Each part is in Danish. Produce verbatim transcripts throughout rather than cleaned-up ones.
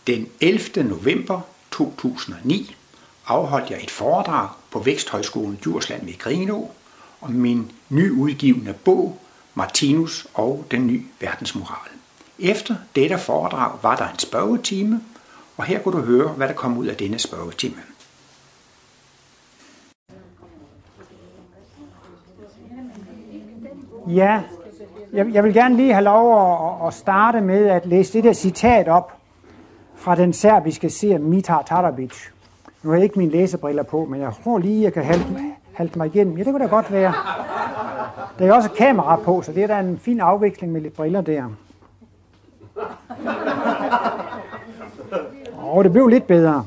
Den ellevte november to tusind og ni afholdt jeg et foredrag på Væksthøjskolen Djursland ved Grenaa om min nyudgivne bog Martinus og den nye verdensmoral. Efter dette foredrag var der en spørgetime, og her kunne du høre, hvad der kom ud af denne spørgetime. Ja, jeg, jeg vil gerne lige have lov at, at starte med at læse det der citat op fra den serbiske seer Mitar Tarabic. Nu har jeg ikke mine læsebriller på, men jeg tror lige, jeg kan halte, halte mig igennem. Ja, det kunne da godt være. Der er også kamera på, så det er da en fin afveksling med lidt briller der. Og det blev lidt bedre.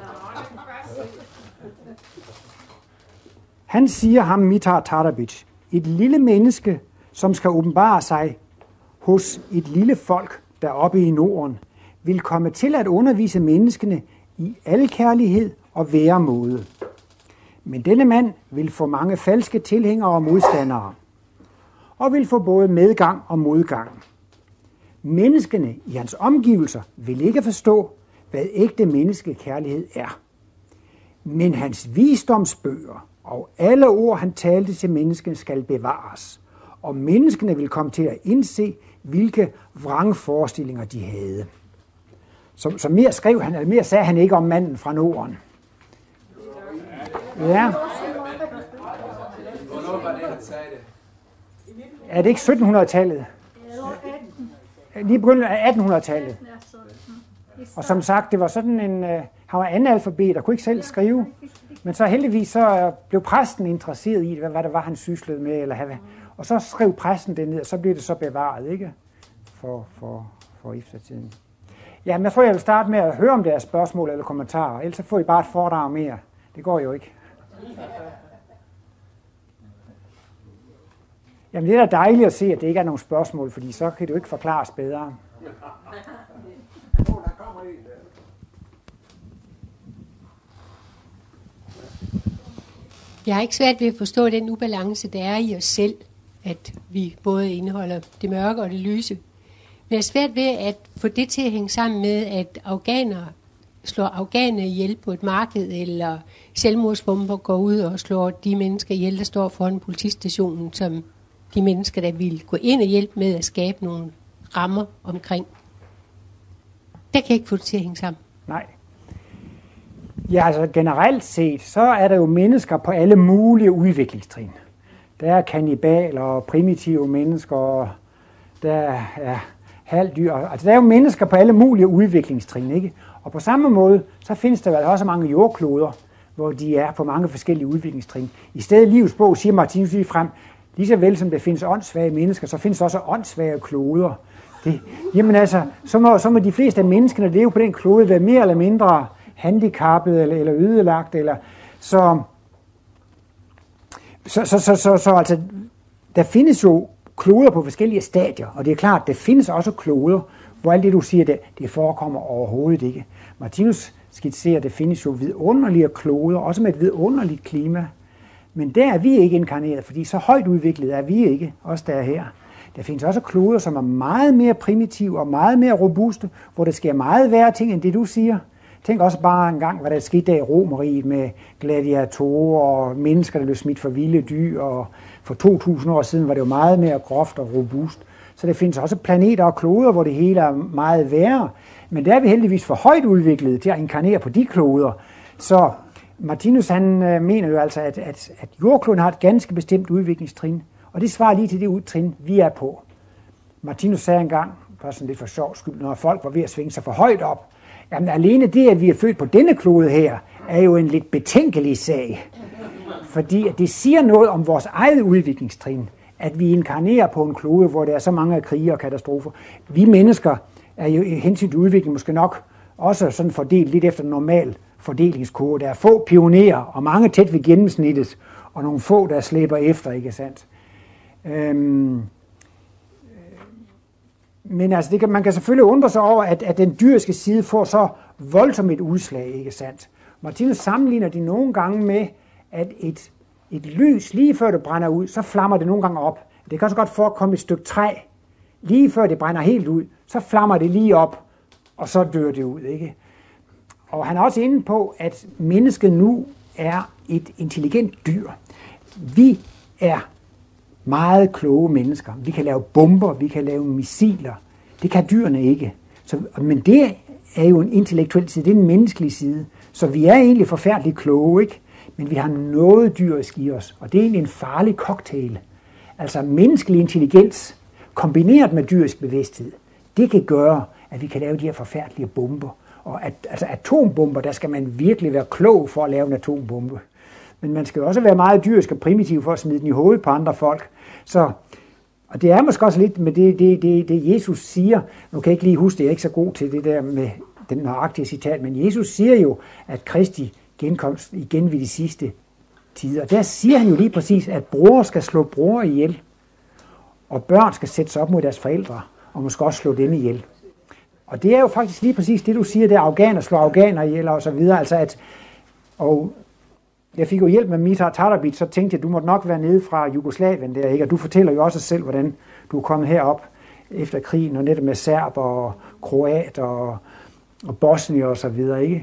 Han siger ham, Mitar Tarabic, et lille menneske, som skal åbenbare sig hos et lille folk deroppe i Norden, vil komme til at undervise menneskene i alkærlighed og væremåde. Men denne mand vil få mange falske tilhængere og modstandere, og vil få både medgang og modgang. Menneskene i hans omgivelser vil ikke forstå, hvad ægte menneskekærlighed er. Men hans visdomsbøger og alle ord, han talte til menneskene, skal bevares, og menneskene vil komme til at indse, hvilke vrangforestillinger de havde. Så, så mere skrev han, eller mere sagde han ikke om manden fra Norden. Ja. Hvornår var det, han sagde det? Er det ikke syttenhundredetallet? Lige begyndelsen af attenhundredetallet. Og som sagt, det var sådan en, uh, han var analfabet og kunne ikke selv skrive. Men så heldigvis så blev præsten interesseret i, hvad, hvad det var, han syslede med. Eller hvad. Og så skrev præsten det ned, og så blev det så bevaret, ikke? For, for, for eftertiden. Jamen, jeg tror, jeg vil starte med at høre om deres spørgsmål eller kommentarer. Ellers så får I bare et foredrag mere. Det går jo ikke. Jamen, det er da dejligt at se, at det ikke er nogen spørgsmål, fordi så kan det jo ikke forklares bedre. Jeg har ikke svært ved at forstå den ubalance, der er i os selv, at vi både indeholder det mørke og det lyse. Men jeg er svært ved at få det til at hænge sammen med, at afghanere slår afghanere ihjel på et marked, eller selvmordsbomber går ud og slår de mennesker ihjel, der står foran politistationen, som de mennesker, der vil gå ind og hjælpe med at skabe nogle rammer omkring. Der kan jeg ikke få det til at hænge sammen. Nej. Ja, altså generelt set, så er der jo mennesker på alle mulige udviklingstrin. Der er kannibaler og primitive mennesker, og der er halvdyr. Altså der er jo mennesker på alle mulige udviklingstrin, ikke? Og på samme måde, så findes der vel også mange jordkloder, hvor de er på mange forskellige udviklingstrin. I stedet livets bog siger Martinus lige frem, lige så vel som der findes åndssvage mennesker, så findes der også åndssvage kloder. Det, jamen altså, så må, så må de fleste af menneskene leve på den klode være mere eller mindre handicappet eller, eller ødelagt. Eller, så, så, så, så, så, så altså, der findes jo kloder på forskellige stadier, og det er klart, der findes også kloder, hvor alt det, du siger, det, det forekommer overhovedet ikke. Martinus skitserer, at der findes jo vidunderlige kloder, også med et vidunderligt klima. Men der er vi ikke inkarneret, fordi så højt udviklet er vi ikke, også der her. Der findes også kloder, som er meget mere primitive og meget mere robuste, hvor der sker meget værre ting, end det du siger. Tænk også bare en gang, hvad der skete der i Romeriet med gladiatorer og mennesker, der blev smidt for vilde dyr. Og for to tusind år siden var det jo meget mere groft og robust. Så der findes også planeter og kloder, hvor det hele er meget værre. Men der er vi heldigvis for højt udviklet til at inkarnere på de kloder. Så Martinus han øh, mener jo altså, at, at, at jordkloden har et ganske bestemt udviklingstrin. Og det svarer lige til det udtrin, vi er på. Martinus sagde engang, bare sådan lidt for sjov skyld, når folk var ved at svinge sig for højt op, jamen alene det, at vi er født på denne klode her, er jo en lidt betænkelig sag. Fordi det siger noget om vores eget udviklingstrin, at vi inkarnerer på en klode, hvor der er så mange krige og katastrofer. Vi mennesker er jo i hensyn til udvikling måske nok også sådan fordelt lidt efter normal fordelingskode. Der er få pionerer, og mange tæt ved gennemsnittet, og nogle få, der slæber efter, ikke sandt? Øhm, men altså, det kan, man kan selvfølgelig undre sig over, at, at den dyriske side får så voldsomt et udslag, ikke sandt? Martinus sammenligner det nogle gange med, at et, et lys, lige før det brænder ud, så flammer det nogle gange op. Det kan også godt forekomme et stykke træ, lige før det brænder helt ud, så flammer det lige op, og så dør det ud, ikke? Og han er også inde på, at mennesket nu er et intelligent dyr. Vi er meget kloge mennesker. Vi kan lave bomber, vi kan lave missiler. Det kan dyrene ikke. Så, men det er jo en intellektuel side, det er en menneskelig side. Så vi er egentlig forfærdeligt kloge, ikke? Men vi har noget dyrisk i os, og det er egentlig en farlig cocktail. Altså menneskelig intelligens kombineret med dyrisk bevidsthed, det kan gøre, at vi kan lave de her forfærdelige bomber. Og at, altså atombomber, der skal man virkelig være klog for at lave en atombombe. Men man skal jo også være meget dyrisk og primitiv for at smide den i hovedet på andre folk. Så, og det er måske også lidt med det, det, det, det Jesus siger. Nu kan jeg ikke lige huske det, jeg er ikke så god til det der med den nøjagtige citat, men Jesus siger jo, at Kristi genkomst igen ved de sidste tider. Der siger han jo lige præcis, at bror skal slå bror ihjel, og børn skal sætte sig op mod deres forældre, og måske også slå dem ihjel. Og det er jo faktisk lige præcis det, du siger, der afghaner slår afghaner ihjel og så videre. Altså at, og jeg fik jo hjælp med Mitar Tarabic, så tænkte jeg, du måtte nok være nede fra Jugoslavien der, ikke? Og du fortæller jo også selv, hvordan du er kommet herop efter krigen, og netop med serber og kroater og, og bosnier og så videre, ikke?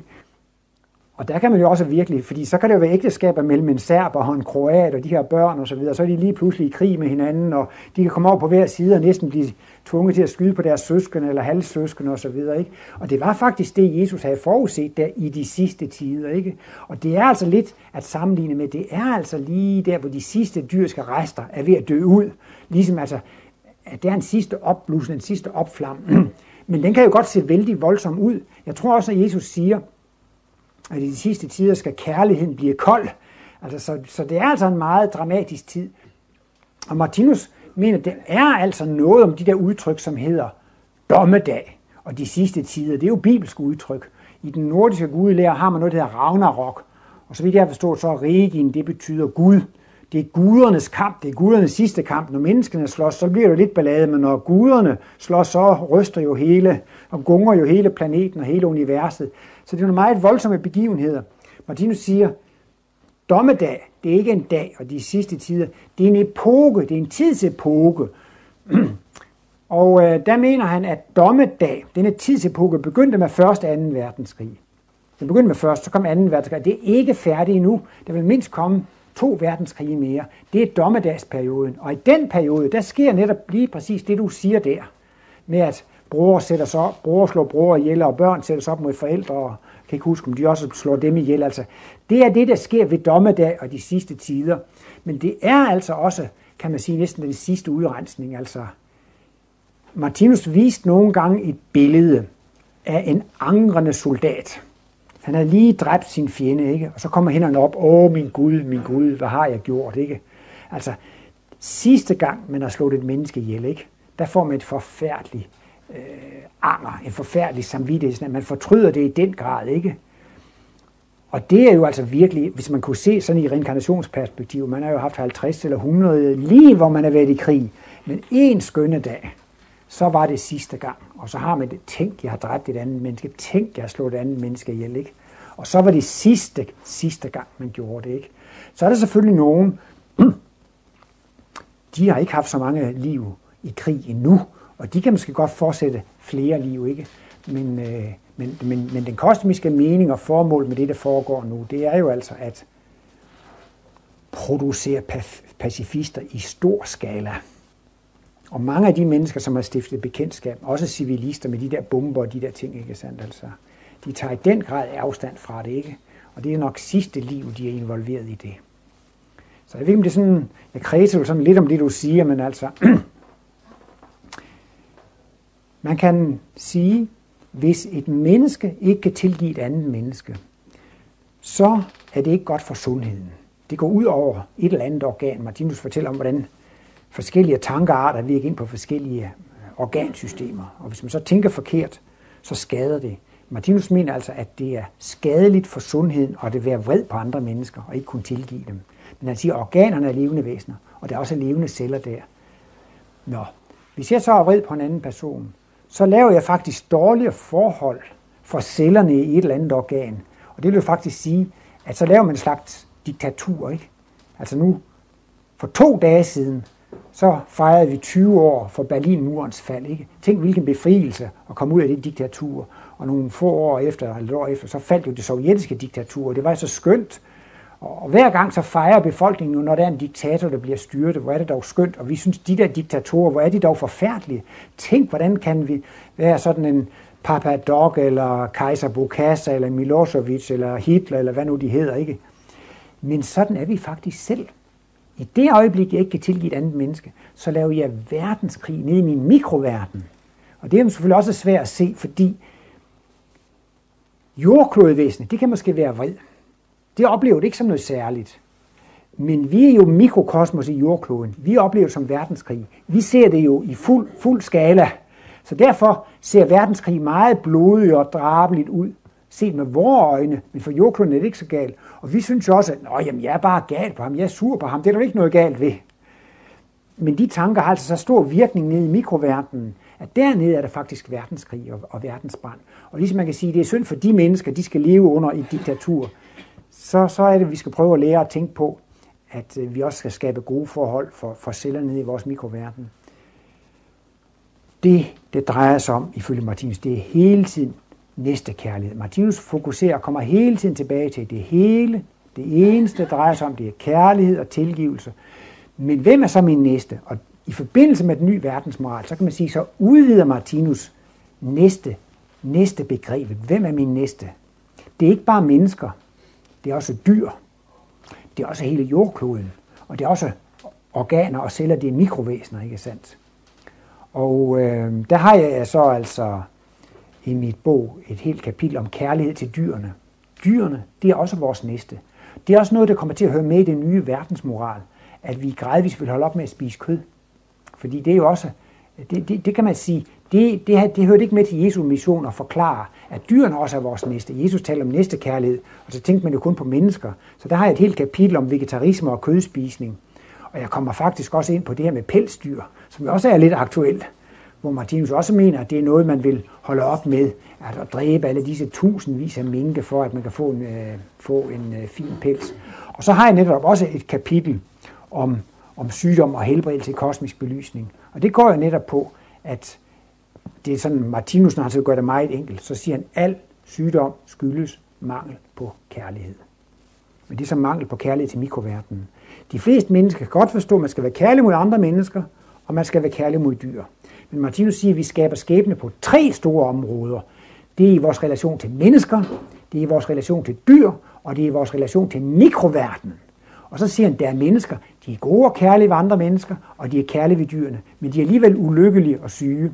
Og der kan man jo også virkelig, fordi så kan det jo være ægteskaber mellem en serber og en kroat og de her børn og så videre, så er de lige pludselig i krig med hinanden, og de kan komme over på hver side og næsten blive tvunget til at skyde på deres søskende eller halvsøskende og så videre, ikke? Og det var faktisk det, Jesus havde forudset der i de sidste tider, ikke? Og det er altså lidt at sammenligne med, det er altså lige der, hvor de sidste dyriske rester er ved at dø ud, ligesom altså, at det er en sidste opblussen, en sidste opflam. Men den kan jo godt se vældig voldsom ud. Jeg tror også, at Jesus siger, at i de sidste tider skal kærligheden blive kold. Altså, så, så det er altså en meget dramatisk tid. Og Martinus mener, det er altså noget om de der udtryk, som hedder dommedag og de sidste tider. Det er jo bibelske udtryk. I den nordiske gudelære har man noget, der hedder Ragnarok. Og så vidt jeg har forstået, så er Regin, det betyder Gud. Det er gudernes kamp, det er gudernes sidste kamp. Når menneskene slås, så bliver det lidt ballade, men når guderne slås, så ryster jo hele, og gunger jo hele planeten og hele universet. Så det er nogle meget voldsomme begivenheder. Martinus siger, dommedag, det er ikke en dag, og de sidste tider, det er en epoke, det er en tidsepoke. Og øh, der mener han, at dommedag, denne tidsepoke, begyndte med første og anden verdenskrig. Den begyndte med første, så kom anden verdenskrig. Det er ikke færdigt endnu. Der vil mindst komme to verdenskrige mere. Det er dommedagsperioden. Og i den periode, der sker netop lige præcis det, du siger der. Med at bror sætter sig op, bror slår bror ihjel, og børn sætter sig op mod forældre, og jeg kan ikke huske, om de også slår dem ihjel. Altså, det er det, der sker ved dommedag og de sidste tider. Men det er altså også, kan man sige, næsten den sidste udrensning. Altså, Martinus viste nogle gange et billede af en angrende soldat. Han havde lige dræbt sin fjende, ikke? Og så kommer hænderne op, åh, min Gud, min Gud, hvad har jeg gjort, ikke? Altså, sidste gang, man har slået et menneske ihjel, ikke? Der får man et forfærdeligt øh, anger, en forfærdelig samvittighed. Man fortryder det i den grad, ikke? Og det er jo altså virkelig, hvis man kunne se sådan i reinkarnationsperspektiv, man har jo haft halvtreds eller hundrede lige, hvor man har været i krig, men en skønne dag, så var det sidste gang. Og så har man det, tænkt, jeg har dræbt et andet menneske, tænkt, jeg har slået et andet menneske ihjel, ikke? Og så var det sidste, sidste gang, man gjorde det, ikke? Så er der selvfølgelig nogen, de har ikke haft så mange liv i krig endnu, og de kan måske godt fortsætte flere liv, ikke? Men, øh, men, men, men den kosmiske mening og formål med det, der foregår nu, det er jo altså at producere pacifister i stor skala. Og mange af de mennesker, som har stiftet bekendtskab, også civilister med de der bomber og de der ting, ikke sandt, altså, de tager i den grad afstand fra det, ikke? Og det er nok sidste liv, de er involveret i det. Så jeg ved ikke, om det er sådan, jeg kredser jo sådan lidt om det, du siger, men altså, man kan sige, hvis et menneske ikke kan tilgive et andet menneske, så er det ikke godt for sundheden. Det går ud over et eller andet organ. Martinus fortæller om, hvordan forskellige tankearter virker ind på forskellige organsystemer. Og hvis man så tænker forkert, så skader det. Martinus mener altså, at det er skadeligt for sundheden, og det vil være vred på andre mennesker, og ikke kunne tilgive dem. Men han siger, at organerne er levende væsener, og der er også levende celler der. Nå, hvis jeg så er vred på en anden person, så laver jeg faktisk dårligere forhold for cellerne i et eller andet organ. Og det vil jo faktisk sige, at så laver man en slags diktatur, ikke? Altså nu, for to dage siden, så fejrede vi tyve år for Berlinmurens fald. Ikke? Tænk, hvilken befrielse at komme ud af det diktatur. Og nogle få år efter, eller et år efter, så faldt jo det sovjetiske diktatur. Det var så skønt. Og hver gang så fejrer befolkningen nu, når der er en diktator, der bliver styrtet. Hvor er det dog skønt. Og vi synes, de der diktatorer, hvor er de dog forfærdelige. Tænk, hvordan kan vi være sådan en Papa Dog, eller Kejser Bokassa, eller Milosevic, eller Hitler, eller hvad nu de hedder, ikke? Men sådan er vi faktisk selv. I det øjeblik, jeg ikke kan tilgive et andet menneske, så laver jeg verdenskrig nede i min mikroverden. Og det er selvfølgelig også svært at se, fordi jordklodevæsenet, det kan måske være vred. Det oplever det ikke som noget særligt. Men vi er jo mikrokosmos i jordkloden. Vi oplever det som verdenskrig. Vi ser det jo i fuld, fuld skala. Så derfor ser verdenskrig meget blodig og drabeligt ud, set med vores øjne, men for jordkloden er det ikke så galt. Og vi synes jo også, at Nå, jamen, jeg er bare gal på ham, jeg er sur på ham, det er der ikke noget galt ved. Men de tanker har altså så stor virkning nede i mikroverdenen, at dernede er der faktisk verdenskrig og, og verdensbrand. Og ligesom man kan sige, at det er synd for de mennesker, de skal leve under et diktatur, så, så er det, at vi skal prøve at lære at tænke på, at vi også skal skabe gode forhold for, for celler nede i vores mikroverden. Det, det drejer sig om, ifølge Martinus, det er hele tiden næste kærlighed. Martinus fokuserer og kommer hele tiden tilbage til det hele. Det eneste, der drejer sig om, det er kærlighed og tilgivelse. Men hvem er så min næste? Og i forbindelse med den nye verdensmoral, så kan man sige, så udvider Martinus næste, næste begrebet. Hvem er min næste? Det er ikke bare mennesker. Det er også dyr. Det er også hele jordkloden. Og det er også organer og celler, det er mikrovæsener, ikke sandt? Og øh, der har jeg så altså i mit bog et helt kapitel om kærlighed til dyrene. Dyrene, det er også vores næste. Det er også noget, der kommer til at høre med i den nye verdensmoral, at vi gradvist vil holde op med at spise kød. Fordi det er jo også, det, det, det kan man sige, det, det, det hørte ikke med til Jesu mission at forklare, at dyrene også er vores næste. Jesus taler om næste kærlighed, og så tænkte man jo kun på mennesker. Så der har jeg et helt kapitel om vegetarisme og kødspisning. Og jeg kommer faktisk også ind på det her med pelsdyr, som jo også er lidt aktuelt, hvor Martinus også mener, at det er noget, man vil holde op med, at dræbe alle disse tusindvis af minke, for at man kan få en, øh, få en øh, fin pels. Og så har jeg netop også et kapitel om, om sygdom og helbredelse i kosmisk belysning. Og det går jo netop på, at det er sådan, Martinus, når han så gør det meget enkelt, så siger han, at al sygdom skyldes mangel på kærlighed. Men det er så mangel på kærlighed til mikroverdenen. De fleste mennesker kan godt forstå, at man skal være kærlig mod andre mennesker, og man skal være kærlig mod dyr. Men Martinus siger, at vi skaber skæbne på tre store områder. Det er i vores relation til mennesker, det er i vores relation til dyr, og det er i vores relation til mikroverdenen. Og så siger han, at der er mennesker, de er gode og kærlige ved andre mennesker, og de er kærlige ved dyrene, men de er alligevel ulykkelige og syge.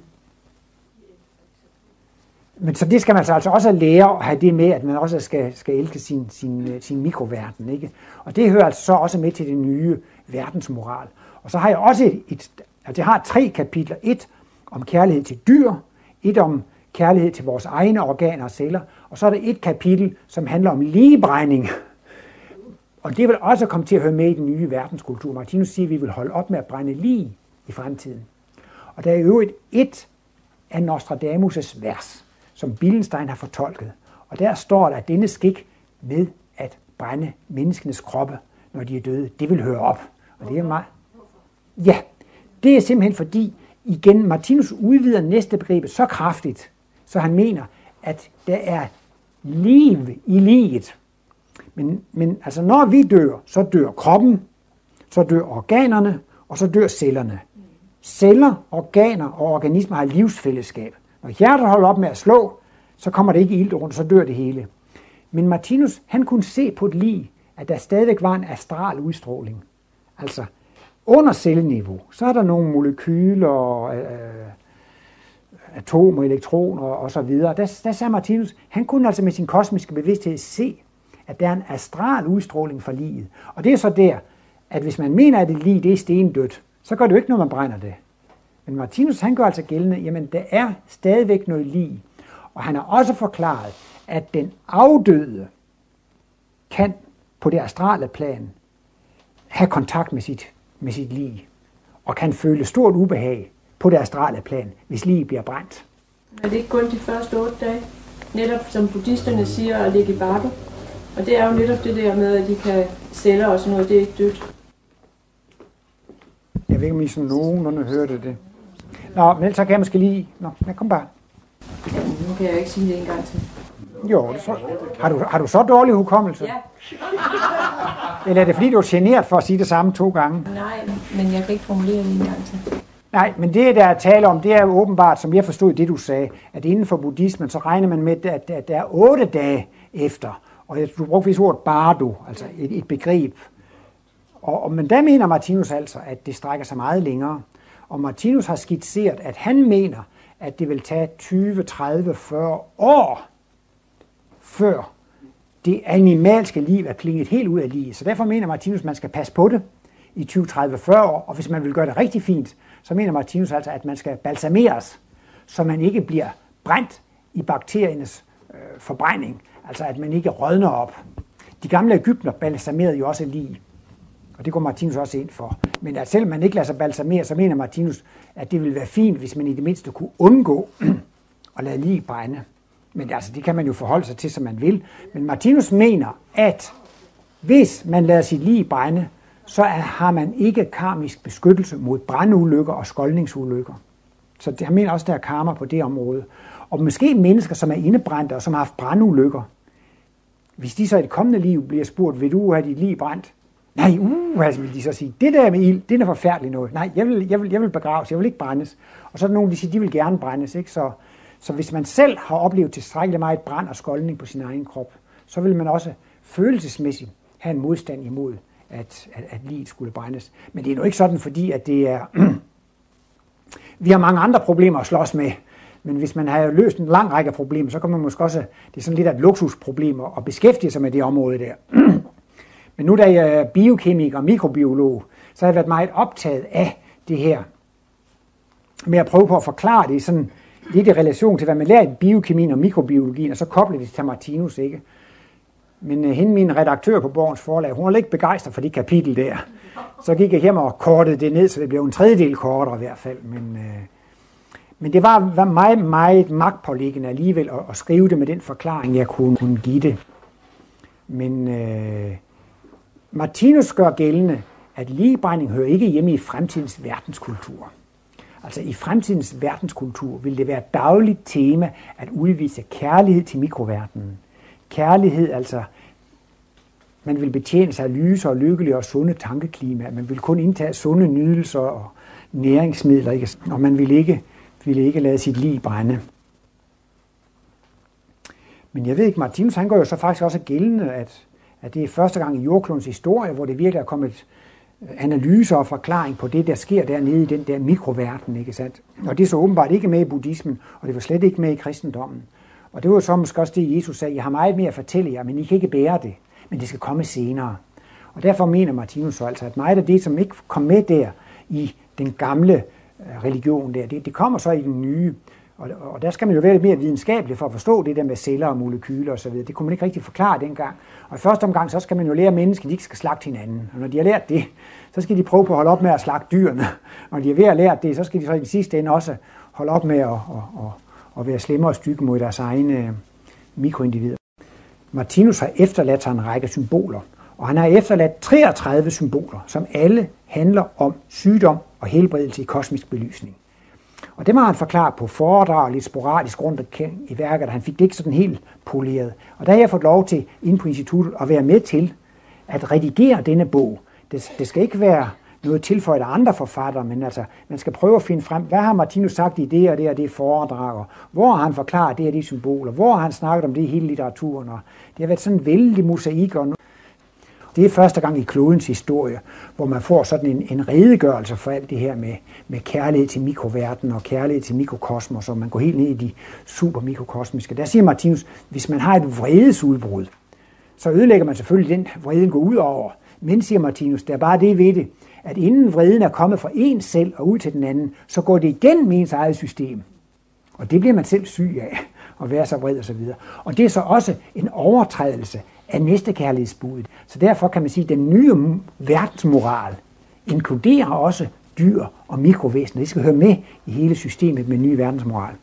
Men så det skal man altså også lære at have det med, at man også skal, skal elske sin, sin, sin mikroverden. Ikke? Og det hører altså så også med til det nye verdensmoral. Og så har jeg også et, et altså jeg har tre kapitler. Et om kærlighed til dyr, et om kærlighed til vores egne organer og celler, og så er der et kapitel, som handler om ligebrænding. Og det vil også komme til at høre med i den nye verdenskultur. Martinus siger, at vi vil holde op med at brænde lig i fremtiden. Og der er jo et, et af Nostradamus' vers, som Billenstein har fortolket. Og der står der, at denne skik med at brænde menneskenes kroppe, når de er døde, det vil høre op. Og det er meget... Ja, det er simpelthen fordi, igen, Martinus udvider næste begreb så kraftigt, så han mener, at der er liv i livet. Men, men altså, når vi dør, så dør kroppen, så dør organerne, og så dør cellerne. Celler, organer og organismer har livsfællesskab. Når hjertet holder op med at slå, så kommer det ikke ilt rundt, så dør det hele. Men Martinus, han kunne se på et lig, at der stadigvæk var en astral udstråling. Altså, under celleniveau, så er der nogle molekyler, øh, atomer, elektroner og så videre. Der, der sagde Martinus, han kunne altså med sin kosmiske bevidsthed se, at der er en astral udstråling fra liget. Og det er så der, at hvis man mener, at et lig det er stendødt, så gør det jo ikke, når man brænder det. Men Martinus, han gør altså gældende, jamen der er stadigvæk noget lig. Og han har også forklaret, at den afdøde kan på det astrale plan have kontakt med sit, med sit lig, og kan føle stort ubehag på det astrale plan, hvis liget bliver brændt. Er det ikke kun de første otte dage? Netop som buddhisterne siger, at ligge i bakken. Og det er jo netop det der med, at de kan celler og sådan noget, det er ikke dødt. Jeg ved ikke, om I sådan nogenlunde hørte det. Nå, men så kan jeg måske lige... Nå, ja, kom bare. Nu kan jeg ikke sige det en gang til. Jo, det så... Har du, har du så dårlig hukommelse? Ja. Eller er det fordi, du er generet for at sige det samme to gange? Nej, men jeg kan ikke formulere det en gang til. Nej, men det, der er tale om, det er jo åbenbart, som jeg forstod det, du sagde, at inden for buddhismen, så regner man med, at, at der er otte dage efter. Og du brugte vist ordet bardo, altså et, et begreb. Og, og, men der mener Martinus altså, at det strækker sig meget længere. Og Martinus har skitseret, at han mener, at det vil tage tyve, tredive, fyrre år, før det animalske liv er klinget helt ud af livet. Så derfor mener Martinus, at man skal passe på det i tyve, tredive, fyrre år. Og hvis man vil gøre det rigtig fint, så mener Martinus altså, at man skal balsameres, så man ikke bliver brændt i bakteriernes øh, forbrænding. Altså at man ikke rådner op. De gamle egypter balsamerede jo også lig. Og det går Martinus også ind for. Men at selvom man ikke lader sig balsamere, så mener Martinus, at det ville være fint, hvis man i det mindste kunne undgå at lade lig brænde. Men altså, det kan man jo forholde sig til, som man vil. Men Martinus mener, at hvis man lader sit lig brænde, så har man ikke karmisk beskyttelse mod brandulykker og skoldningsulykker. Så det, han mener også, der er karma på det område. Og måske mennesker, som er indebrændte og som har haft brandulykker, hvis de så i det kommende liv bliver spurgt, vil du have dit lig brændt? Nej, uh, altså vil de så sige, det der med ild, det er forfærdeligt noget. Nej, jeg vil, jeg, vil, jeg vil begraves, jeg vil ikke brændes. Og så er der nogen, der siger, de vil gerne brændes. Ikke? Så, så hvis man selv har oplevet tilstrækkeligt meget brand og skoldning på sin egen krop, så vil man også følelsesmæssigt have en modstand imod, at, at, at livet skulle brændes. Men det er jo ikke sådan, fordi at det er... Vi har mange andre problemer at slås med, men hvis man har løst en lang række problemer, så kan man måske også... Det er sådan lidt af et luksusproblem at beskæftige sig med det område der. Men nu da jeg er biokemiker og mikrobiolog, så har jeg været meget optaget af det her, med at prøve på at forklare det sådan lidt i relation til, hvad man lærer i biokemien og mikrobiologien, og så koble det til Martinus, ikke? Men uh, hende, min redaktør på Borgens Forlag, hun var ikke begejstret for det kapitel der. Så gik jeg hjem og kortede det ned, så det blev en tredjedel kortere i hvert fald. Men, uh, men det var, var meget, meget magtpåliggende alligevel at, at skrive det med den forklaring, jeg kunne, kunne give det. Men... Uh, Martinus gør gældende, at ligbrænding hører ikke hjemme i fremtidens verdenskultur. Altså i fremtidens verdenskultur vil det være et dagligt tema at udvise kærlighed til mikroverdenen. Kærlighed, altså man vil betjene sig af lyse og lykkelige og sunde tankeklima. Man vil kun indtage sunde nydelser og næringsmidler, ikke? Og man vil ikke, vil ikke lade sit lig brænde. Men jeg ved ikke, Martinus han gør jo så faktisk også gældende, at at det er første gang i jordklodens historie, hvor det virkelig er kommet analyser og forklaring på det, der sker dernede i den der mikroverden, ikke sandt? Og det er så åbenbart ikke med i buddhismen, og det var slet ikke med i kristendommen. Og det var så måske også det, Jesus sagde, jeg har meget mere at fortælle jer, men I kan ikke bære det, men det skal komme senere. Og derfor mener Martinus så altså, at meget af det, som ikke kom med der i den gamle religion der, det, det kommer så i den nye. Og, og der skal man jo være lidt mere videnskabelig for at forstå det der med celler og molekyler osv. Det kunne man ikke rigtig forklare dengang. Og i første omgang, så skal man jo lære mennesker, at de ikke skal slagte hinanden. Og når de har lært det, så skal de prøve på at holde op med at slagte dyrene. Og når de er ved at lære det, så skal de så i den sidste ende også holde op med at, at, at, at være slemmere og stykke mod deres egne mikroindivider. Martinus har efterladt sig en række symboler. Og han har efterladt treogtredive symboler, som alle handler om sygdom og helbredelse i kosmisk belysning. Og det må han forklare på foredrag lidt sporadisk rundt i værket, og han fik det ikke sådan helt poleret. Og der har jeg fået lov til, inde på instituttet, at være med til at redigere denne bog. Det, det skal ikke være noget tilføjet af andre forfattere, men altså, man skal prøve at finde frem, hvad har Martinus sagt i det og det og det foredrag, og hvor har han forklaret det og de symboler, hvor har han snakket om det i hele litteraturen, og det har været sådan en vældig mosaik. Og det er første gang i klodens historie, hvor man får sådan en, en redegørelse for alt det her med, med kærlighed til mikroverden og kærlighed til mikrokosmos, og man går helt ned i de supermikrokosmiske. Der siger Martinus, hvis man har et vredesudbrud, så ødelægger man selvfølgelig den, vreden går ud over. Men, siger Martinus, det er bare det ved det, at inden vreden er kommet fra en selv og ud til den anden, så går det igen med ens eget system. Og det bliver man selv syg af, at være så vred og så videre. Og det er så også en overtrædelse af næstekærlighedsbuddet. Så derfor kan man sige, at den nye verdensmoral inkluderer også dyr og mikrovæsener. Det skal høre med i hele systemet med ny verdensmoral.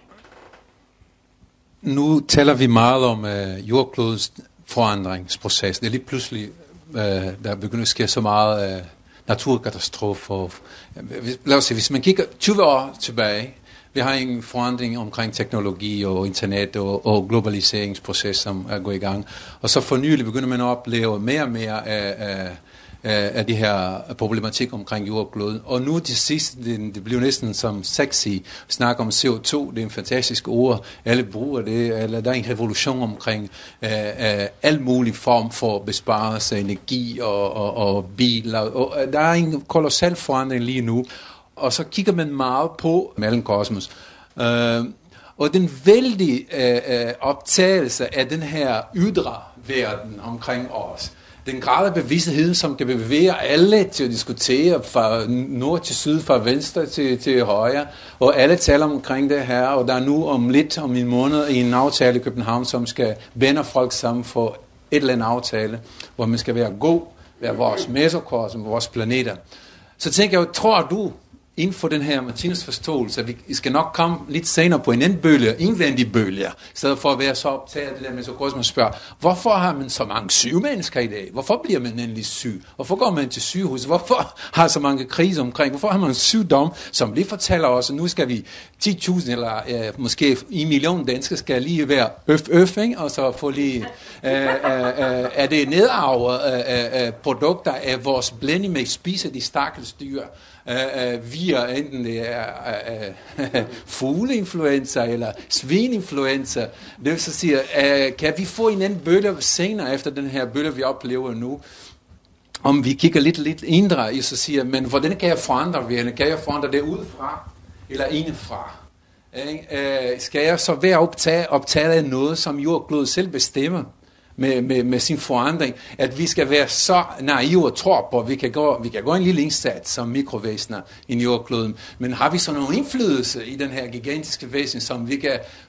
Nu taler vi meget om uh, jordklodens forandringsproces. Det er lige pludselig, uh, der begynder at ske så meget uh, naturkatastrofer. Lad os se, hvis man kigger tyve år tilbage, vi har en forandring omkring teknologi og internet og, og globaliseringsproces, som er gået i gang. Og så for nylig begynder man at opleve mere og mere af, af, af de her problematik omkring jordkloden. Og nu det sidste, det, det bliver næsten som sexy, snak om C O to, det er en fantastisk ord, alle bruger det, eller der er en revolution omkring uh, uh, al mulig form for besparelse, energi og, og, og biler, og uh, der er en kolossal forandring lige nu. Og så kigger man meget på Mellemkosmos. Uh, og den vældige uh, optagelse af den her ydre verden omkring os, den grad af bevidsthed, som kan bevæge alle til at diskutere fra nord til syd, fra venstre til, til højre, og alle taler omkring det her, og der er nu om lidt, om en måned, en aftale i København, som skal vende folk sammen for et eller andet aftale, hvor man skal være god, være vores mesokosm, vores planeter. Så tænker jeg, tror du, inden for den her Martinus forståelse, at vi skal nok komme lidt senere på en anden bølge, indvendig bølge, i stedet for at være så optaget af det der med så godt, man spørger, hvorfor har man så mange syge mennesker i dag? Hvorfor bliver man endelig syg? Hvorfor går man til sygehus? Hvorfor har så mange kriser omkring? Hvorfor har man en sygdom, som lige fortæller os, at nu skal vi ti tusind eller øh, måske en million danskere skal lige være øf, øf, ikke? Og så få lige, øh, øh, øh, er det nedarvet øh, øh, produkter af vores blanding med spiser de stakkels dyr, Uh, uh, via enten det er uh, uh, fugleinfluenza eller svininfluenza. Det vil så sige, uh, kan vi få en anden bølge senere efter den her bølge, vi oplever nu? Om vi kigger lidt, lidt indre i, så siger, men hvordan kan jeg forandre verden? Kan jeg forandre det udefra eller indefra? Uh, skal jeg så være optaget, optaget af noget, som jordkloden selv bestemmer? Med, med, med sin forandring, at vi skal være så naive og tror på, at vi kan gå, vi kan gå en lille indsats som mikrovæsener i jordkloden, men har vi så nogen indflydelse i den her gigantiske væsen, som vi kan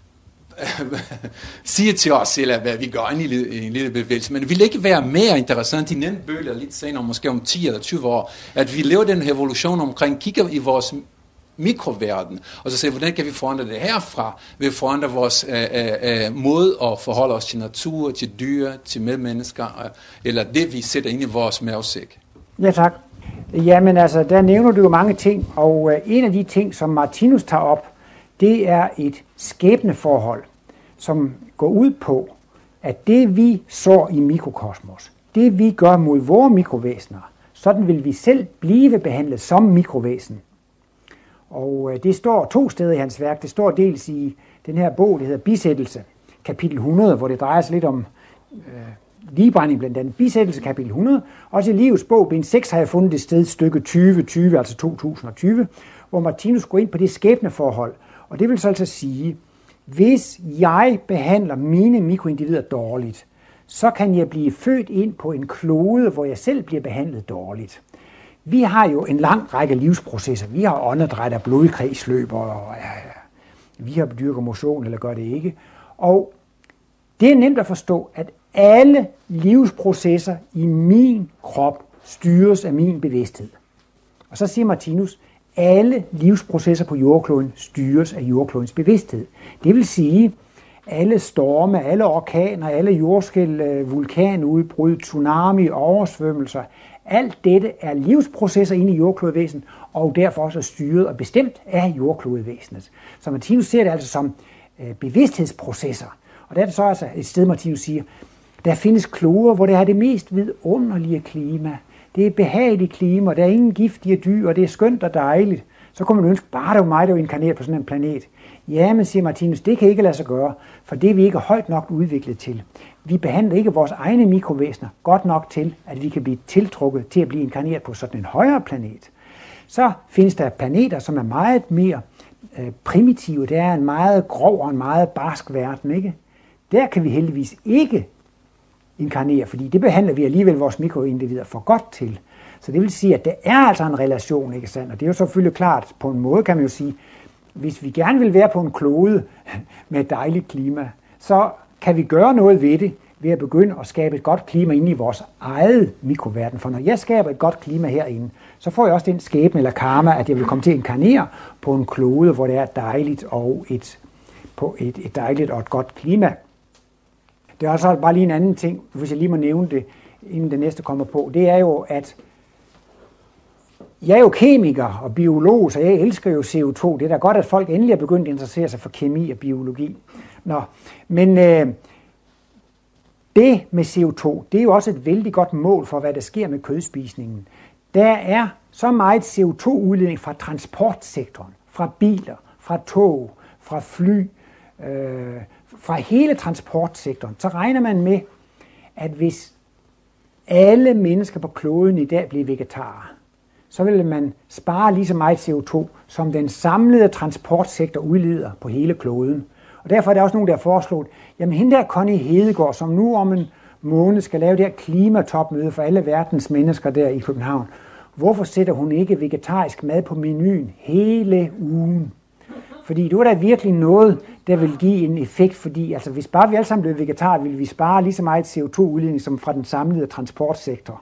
sige til os selv, hvad vi gør i en lille, en lille bevægelse, men vil ikke være mere interessant i den bølge lidt senere, måske om ti eller tyve år, at vi lever den revolution omkring, kigger i vores mikroverden, og så siger, hvordan kan vi forandre det herfra? Vi forandre vores øh, øh, måde at forholde os til natur, til dyr, til medmennesker, øh, eller det vi sætter ind i vores mavesæk. Ja, tak. Jamen altså, der nævner du jo mange ting, og øh, en af de ting, som Martinus tager op, det er et skæbneforhold, som går ud på, at det vi sår i mikrokosmos, det vi gør mod vores mikrovæsener, sådan vil vi selv blive behandlet som mikrovæsen. Og det står to steder i hans værk. Det står dels i den her bog, der hedder Bisættelse, kapitel hundrede, hvor det drejer sig lidt om øh, ligebrænding, blandt andet Bisættelse, kapitel hundrede. Også i Livets bog, bind seks, har jeg fundet det sted, stykke tyve tyve, altså to tusind og tyve, hvor Martinus går ind på det skæbneforhold. Og det vil så altså sige, hvis jeg behandler mine mikroindivider dårligt, så kan jeg blive født ind på en klode, hvor jeg selv bliver behandlet dårligt. Vi har jo en lang række livsprocesser. Vi har åndedræt af blodkredsløb, og ja, vi har dyrket motion, eller gør det ikke. Og det er nemt at forstå, at alle livsprocesser i min krop styres af min bevidsthed. Og så siger Martinus, alle livsprocesser på jordkloden styres af jordklodens bevidsthed. Det vil sige, alle storme, alle orkaner, alle jordskælv, vulkanudbrud, tsunami, oversvømmelser, alt dette er livsprocesser inde i jordklodevæsenet, og derfor også styret og bestemt af jordklodevæsenet. Så Martinus ser det altså som øh, bevidsthedsprocesser. Og der er det så altså et sted, Martinus siger, der findes kloder, hvor det er det mest vidunderlige klima. Det er behageligt klima, der er ingen giftige dyr, og det er skønt og dejligt. Så kunne man ønske, bare det var mig, der var inkarneret på sådan en planet. Ja, men siger Martinus, det kan ikke lade sig gøre, for det er vi ikke højt nok udviklet til. Vi behandler ikke vores egne mikrovæsener godt nok til, at vi kan blive tiltrukket til at blive inkarneret på sådan en højere planet. Så findes der planeter, som er meget mere øh, primitive. Det er en meget grov og en meget barsk verden, ikke? Der kan vi heldigvis ikke inkarnere, fordi det behandler vi alligevel vores mikroindivider for godt til. Så det vil sige, at der er altså en relation, ikke sandt? Og det er jo selvfølgelig klart, på en måde kan man jo sige, hvis vi gerne vil være på en klode med et dejligt klima, så kan vi gøre noget ved det, ved at begynde at skabe et godt klima inde i vores eget mikroverden. For når jeg skaber et godt klima herinde, så får jeg også den skæbne eller karma, at jeg vil komme til at inkarnere på en klode, hvor det er dejligt og et, på et, et dejligt og et godt klima. Det er også bare lige en anden ting, hvis jeg lige må nævne det, inden det næste kommer på. Det er jo, at jeg er jo kemiker og biolog, så jeg elsker jo C O to. Det er da godt, at folk endelig er begyndt at interessere sig for kemi og biologi. Nå, men øh, det med C O to, det er jo også et vældig godt mål for, hvad der sker med kødspisningen. Der er så meget C O to udledning fra transportsektoren, fra biler, fra tog, fra fly, øh, fra hele transportsektoren. Så regner man med, at hvis alle mennesker på kloden i dag bliver vegetarer, så vil man spare lige så meget C O to, som den samlede transportsektor udleder på hele kloden. Og derfor er der også nogen, der har foreslået, jamen hende der Connie Hedegaard, som nu om en måned skal lave det her klimatopmøde for alle verdens mennesker der i København, hvorfor sætter hun ikke vegetarisk mad på menuen hele ugen? Fordi det var da virkelig noget, der vil give en effekt, fordi altså, hvis bare vi alle sammen blev vegetarer, ville vi spare lige så meget C O to udledning som fra den samlede transportsektor.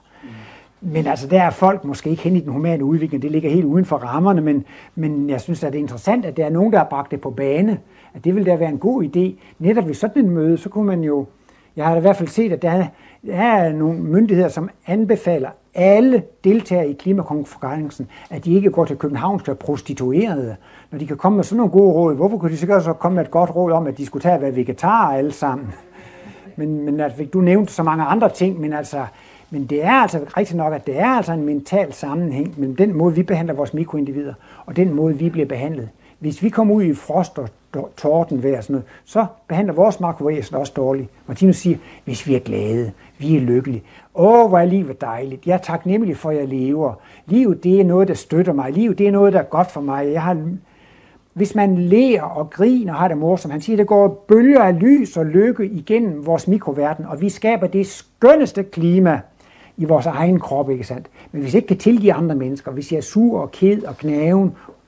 Men altså, der er folk måske ikke hen i den humane udvikling, det ligger helt uden for rammerne, men, men jeg synes, at det er interessant, at der er nogen, der har bragt det på bane, at det vil da være en god idé. Netop ved sådan en møde, så kunne man jo, jeg har i hvert fald set, at der er, der er nogle myndigheder, som anbefaler alle deltagere i klimakonferencen, at de ikke går til København og prostituerede. Når de kan komme med sådan nogle gode råd, hvorfor kunne de så så komme med et godt råd om, at de skulle tage at være vegetarer alle sammen? Men, men altså, du nævnte så mange andre ting, men altså, men det er altså rigtigt nok, at det er altså en mental sammenhæng mellem den måde, vi behandler vores mikroindivider, og den måde, vi bliver behandlet. Hvis vi kommer ud i frost og tordenvejr og sådan noget, så behandler vores makrovæsen også dårligt. Martinus siger, hvis vi er glade, vi er lykkelige. Åh, hvor er livet dejligt. Jeg er taknemmelig for, at jeg lever. Livet, det er noget, der støtter mig. Livet, det er noget, der er godt for mig. Jeg har... Hvis man ler og griner og har det morsomt, han siger, det går bølger af lys og lykke igennem vores mikroverden, og vi skaber det skønneste klima i vores egen krop, ikke sandt? Men hvis jeg ikke kan tilgive andre mennesker, hvis jeg er sur og ked og gnaven,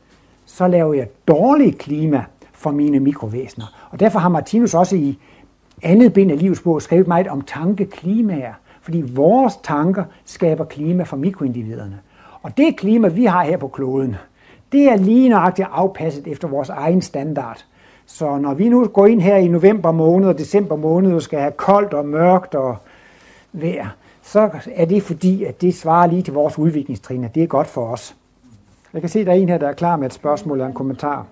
så laver jeg dårligt klima for mine mikrovæsener. Og derfor har Martinus også i andet bind af livets bog skrevet meget om tankeklimaer, fordi vores tanker skaber klima for mikroindividerne. Og det klima, vi har her på kloden, det er lige nøjagtigt afpasset efter vores egen standard. Så når vi nu går ind her i november måned og december måned og skal have koldt og mørkt og vejr, så er det fordi, at det svarer lige til vores udviklingstrin, at det er godt for os. Jeg kan se, at der er en her, der er klar med et spørgsmål eller en kommentar.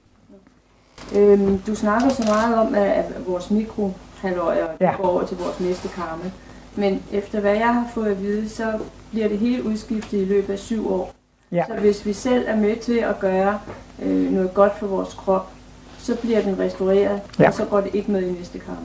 Øhm, du snakker så meget om, at vores mikrohalvøjer ja. går over til vores næste karma. Men efter hvad jeg har fået at vide, så bliver det helt udskiftet i løbet af syv år. Ja. Så hvis vi selv er med til at gøre øh, noget godt for vores krop, så bliver den restaureret, ja. og så går det ikke med i næste karma.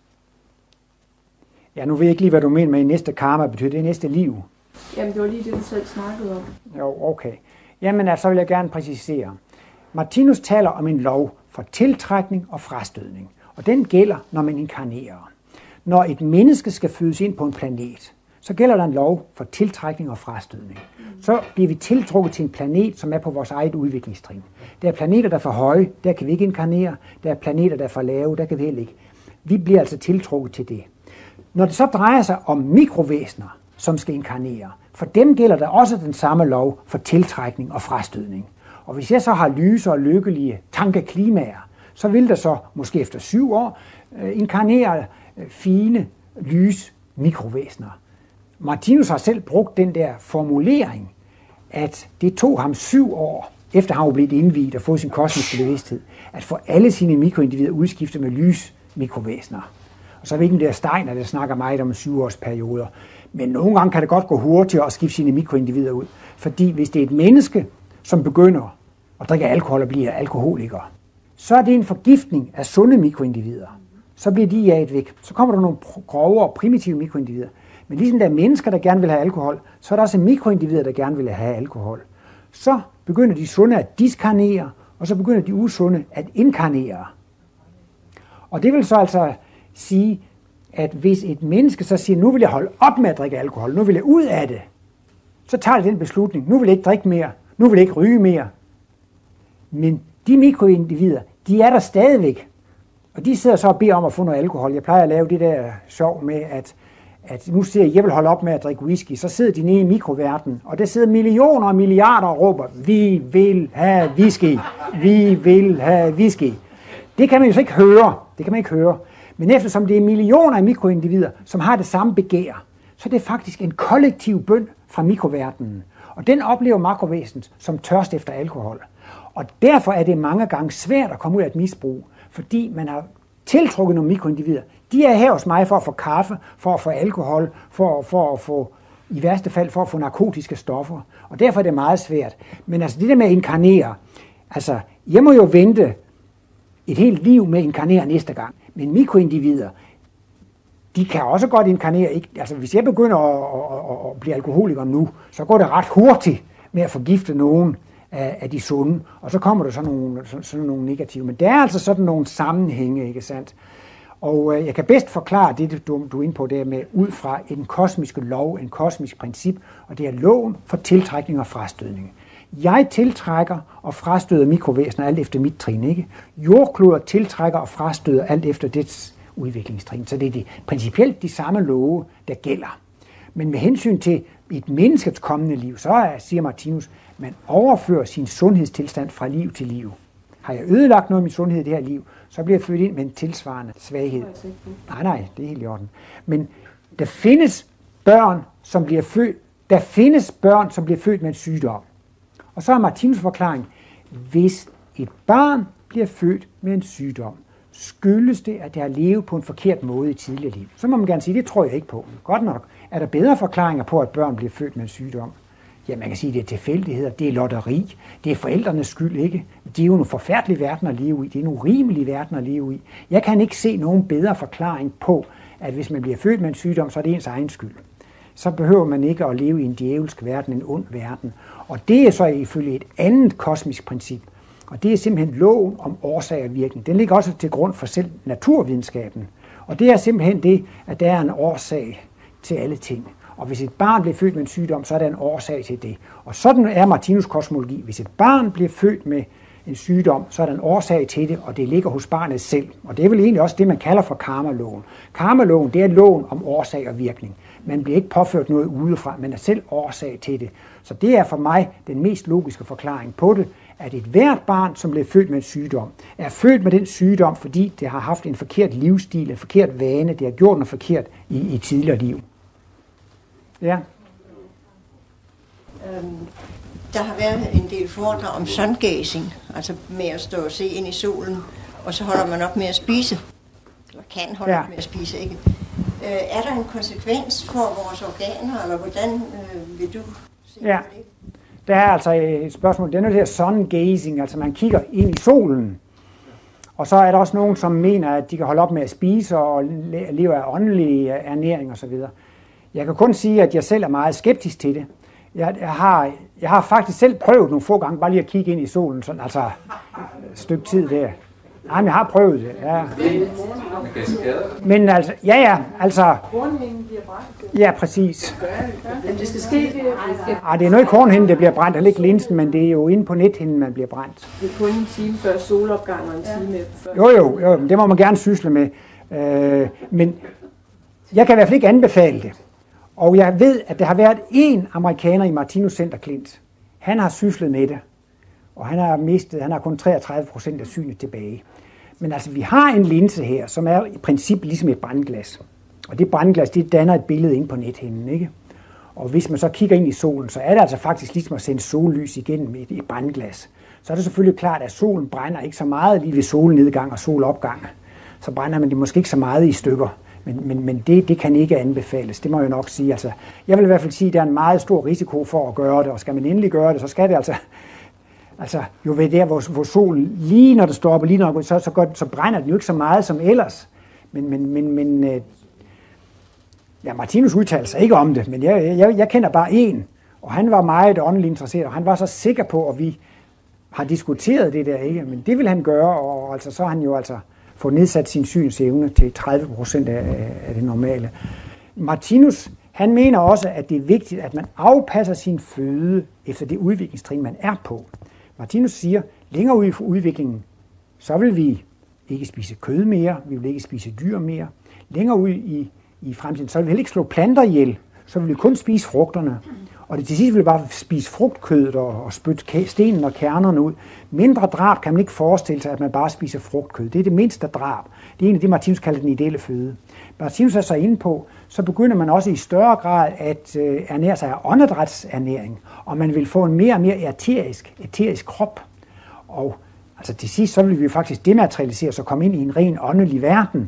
Ja, nu ved jeg ikke lige, hvad du mener med i næste karma. Betyder det næste liv? Jamen, det var lige det, du selv snakkede om. Jo, okay. Jamen, altså, så vil jeg gerne præcisere. Martinus taler om en lov for tiltrækning og frastødning, og den gælder, når man inkarnerer. Når et menneske skal fødes ind på en planet, så gælder der en lov for tiltrækning og frastødning. Så bliver vi tiltrukket til en planet, som er på vores eget udviklingstrin. Der er planeter, der er for høje, der kan vi ikke inkarnere. Der er planeter, der er for lave, der kan vi heller ikke. Vi bliver altså tiltrukket til det. Når det så drejer sig om mikrovæsener, som skal inkarnere, for dem gælder der også den samme lov for tiltrækning og frastødning. Og hvis jeg så har lyse og lykkelige tankeklimaer, så vil der så måske efter syv år øh, inkarnere øh, fine, lys mikrovæsener. Martinus har selv brugt den der formulering, at det tog ham syv år, efter han var blevet indviet og fået sin kosmiske bevidsthed, at få alle sine mikroindivider udskiftet med lys mikrovæsener. Og så er det ikke den der Steiner, der snakker meget om syvårsperioder. Men nogle gange kan det godt gå hurtigere at skifte sine mikroindivider ud. Fordi hvis det er et menneske, som begynder at drikke alkohol og bliver alkoholiker, så er det en forgiftning af sunde mikroindivider. Så bliver de jaget væk. Så kommer der nogle grovere, primitive mikroindivider. Men ligesom der er mennesker, der gerne vil have alkohol, så er der også mikroindivider, der gerne vil have alkohol. Så begynder de sunde at diskarnere, og så begynder de usunde at inkarnere. Og det vil så altså sige, at hvis et menneske så siger, nu vil jeg holde op med at drikke alkohol, nu vil jeg ud af det, så tager det den beslutning, nu vil jeg ikke drikke mere, nu vil jeg ikke ryge mere. Men de mikroindivider, de er der stadigvæk, og de sidder så og beder om at få noget alkohol. Jeg plejer at lave det der sjov med, at, at nu siger jeg, jeg vil holde op med at drikke whisky, så sidder de nede i mikroverdenen, og der sidder millioner og milliarder og råber, vi vil have whisky, vi vil have whisky. Det kan man jo så ikke høre, det kan man ikke høre. Men eftersom det er millioner af mikroindivider, som har det samme begær, så er det faktisk en kollektiv bøn fra mikroverdenen. Og den oplever makrovæsenet som tørst efter alkohol. Og derfor er det mange gange svært at komme ud af et misbrug, fordi man har tiltrukket nogle mikroindivider. De er her hos mig for at få kaffe, for at få alkohol, for, for at få, i værste fald, for at få narkotiske stoffer. Og derfor er det meget svært. Men altså det der med at inkarnere, altså jeg må jo vente et helt liv med at inkarnere næste gang. Men mikroindivider, de kan også godt inkarnere. Ikke? Altså hvis jeg begynder at, at, at blive alkoholiker nu, så går det ret hurtigt med at forgifte nogen af, af de sunde. Og så kommer der sådan nogle, sådan nogle negative. Men der er altså sådan nogle sammenhænge, ikke sandt? Og øh, jeg kan bedst forklare det, du, du er inde på, det med ud fra en kosmisk lov, en kosmisk princip, og det er loven for tiltrækning og frastødning. Jeg tiltrækker og frastøder mikrovæsener alt efter mit trin, ikke? Jordkloder tiltrækker og frastøder alt efter dets udviklingstrin. Så det er det, principielt de samme love, der gælder. Men med hensyn til et menneskets kommende liv, så er, siger Martinus, man overfører sin sundhedstilstand fra liv til liv. Har jeg ødelagt noget af min sundhed i det her liv, så bliver jeg født ind med en tilsvarende svaghed. Nej, nej, det er helt i orden. Men der findes børn, som bliver født, der findes børn, som bliver født med en sygdom. Og så er Martinus forklaring, hvis et barn bliver født med en sygdom, skyldes det, at det har levet på en forkert måde i tidligere liv. Så må man gerne sige, det tror jeg ikke på. Godt nok er der bedre forklaringer på, at børn bliver født med en sygdom. Ja, man kan sige, at det er tilfældigheder, det er lotteri, det er forældrenes skyld, ikke? Det er jo en forfærdelig verden at leve i, det er en urimelig verden at leve i. Jeg kan ikke se nogen bedre forklaring på, at hvis man bliver født med en sygdom, så er det ens egen skyld. Så behøver man ikke at leve i en djævelsk verden, en ond verden. Og det er så ifølge et andet kosmisk princip. Og det er simpelthen loven om årsag og virkning. Den ligger også til grund for selv naturvidenskaben. Og det er simpelthen det, at der er en årsag til alle ting. Og hvis et barn bliver født med en sygdom, så er der en årsag til det. Og sådan er Martinus kosmologi. Hvis et barn bliver født med en sygdom, så er der en årsag til det, og det ligger hos barnet selv. Og det er vel egentlig også det, man kalder for karmaloven. Karmaloven, det er loven om årsag og virkning. Man bliver ikke påført noget udefra, man er selv årsag til det. Så det er for mig den mest logiske forklaring på det, at et hvert barn, som bliver født med en sygdom, er født med den sygdom, fordi det har haft en forkert livsstil, en forkert vane, det har gjort noget forkert i, i tidligere liv. Ja. Øhm, der har været en del foredrag om sungazing, altså med at stå og se ind i solen, og så holder man op med at spise, eller kan holde ja. op med at spise, ikke? Øh, er der en konsekvens for vores organer, eller hvordan øh, vil du se ja. på det? Der er altså et spørgsmål, det er noget her sungazing, altså man kigger ind i solen, og så er der også nogen, som mener, at de kan holde op med at spise og leve af åndelig ernæring osv. Jeg kan kun sige, at jeg selv er meget skeptisk til det. Jeg, jeg, har, jeg har faktisk selv prøvet nogle få gange bare lige at kigge ind i solen, sådan, altså et stykke tid der. Nej, men jeg har prøvet det, ja. Men altså, ja, ja, altså... Kornhængen bliver brændt. Ja, præcis. Det skal ske ved... Ah, det er noget i kornhinden, der bliver brændt, eller ikke linsen, men det er jo inde på nethinden, man bliver brændt. Det er kun en time før solopgang og en time efter. Jo, jo, jo, det må man gerne sysle med. Øh, men jeg kan i hvert fald ikke anbefale det. Og jeg ved, at der har været én amerikaner i Martinus Center Klint. Han har syslet med det, og han har mistet, han har kun treogtredive procent af synet tilbage. Men altså, vi har en linse her, som er i princippet ligesom et brændglas. Og det brændglas, det danner et billede ind på nethinden, ikke? Og hvis man så kigger ind i solen, så er det altså faktisk ligesom at sende sollys igennem et, et brændglas. Så er det selvfølgelig klart, at solen brænder ikke så meget lige ved solnedgang og solopgang. Så brænder man det måske ikke så meget i stykker. Men, men, men det, det kan ikke anbefales, det må jeg nok sige. Altså, jeg vil i hvert fald sige, at der er en meget stor risiko for at gøre det, og skal man endelig gøre det, så skal det altså, altså jo ved der, hvor, hvor solen lige når det står op, og lige når det, så, så, gør, så brænder den jo ikke så meget som ellers. Men, men, men, men ja, Martinus udtaler sig ikke om det, men jeg, jeg, jeg kender bare en, og han var meget åndeligt interesseret, og han var så sikker på, at vi har diskuteret det der, ikke? Men det vil han gøre, og altså, så har han jo altså få nedsat sin synsevne til tredive procent af, af det normale. Martinus, han mener også, at det er vigtigt, at man afpasser sin føde efter det udviklingstrin, man er på. Martinus siger, længere ude i udviklingen, så vil vi ikke spise kød mere, vi vil ikke spise dyr mere. Længere ude i, i fremtiden, så vil vi heller ikke slå planter ihjel, så vil vi kun spise frugterne. Og det til sidst vil jeg bare spise frugtkødet og, og spytte stenen og kernerne ud. Mindre drab kan man ikke forestille sig, at man bare spiser frugtkød. Det er det mindste drab. Det er en af det, Martinus kalder den ideelle føde. Martinus er så inde på, så begynder man også i større grad at øh, ernære sig af åndedrætsernæring, og man vil få en mere og mere æterisk, æterisk krop. Og altså til sidst, så vil vi jo faktisk dematerialisere os og komme ind i en ren åndelig verden.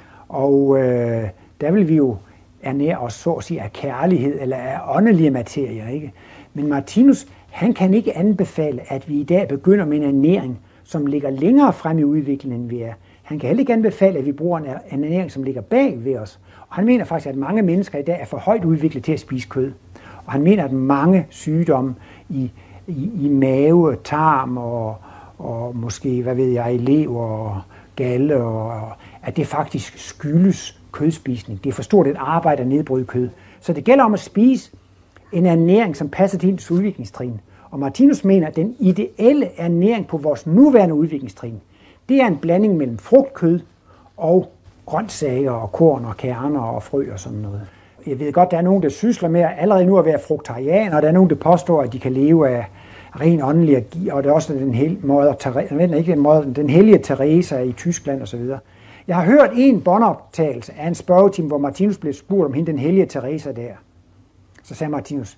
Og øh, der vil vi jo ernære os, så at sige, af kærlighed eller af åndelige materier, ikke? Men Martinus, han kan ikke anbefale, at vi i dag begynder med en ernæring, som ligger længere frem i udviklingen, end vi er. Han kan heller ikke anbefale, at vi bruger en ernæring, som ligger bag ved os. Og han mener faktisk, at mange mennesker i dag er for højt udviklet til at spise kød. Og han mener, at mange sygdomme i, i, i mave, tarm og, og måske, hvad ved jeg, lever og galle, og, at det faktisk skyldes kødspisning. Det er for stort et arbejde at nedbryde kød. Så det gælder om at spise en ernæring, som passer til ens udviklingstrin. Og Martinus mener, at den ideelle ernæring på vores nuværende udviklingstrin, det er en blanding mellem frugtkød og grøntsager og korn og kerner og frø og sådan noget. Jeg ved godt, der er nogen, der sysler med allerede nu at være fruktarianer, og der er nogen, der påstår, at de kan leve af ren åndelig energi, og det er også den, hel, måde, ikke den, måde, den hellige Teresa i Tyskland osv. Jeg har hørt en båndoptagelse af en spørgetime, hvor Martinus blev spurgt om hende, den hellige Teresa der. Så sagde Martinus,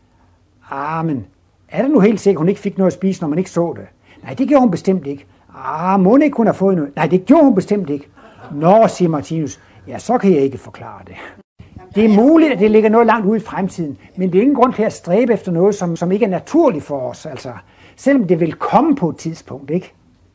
ah, men er det nu helt sikkert, hun ikke fik noget at spise, når man ikke så det? Nej, det gjorde hun bestemt ikke. Ah, må hun ikke kunne have fået noget? Nej, det gjorde hun bestemt ikke. Nå, siger Martinus, ja, så kan jeg ikke forklare det. Det er muligt, at det ligger noget langt ude i fremtiden, men det er ingen grund til at stræbe efter noget, som, som ikke er naturligt for os. Altså, selvom det vil komme på et tidspunkt, ikke?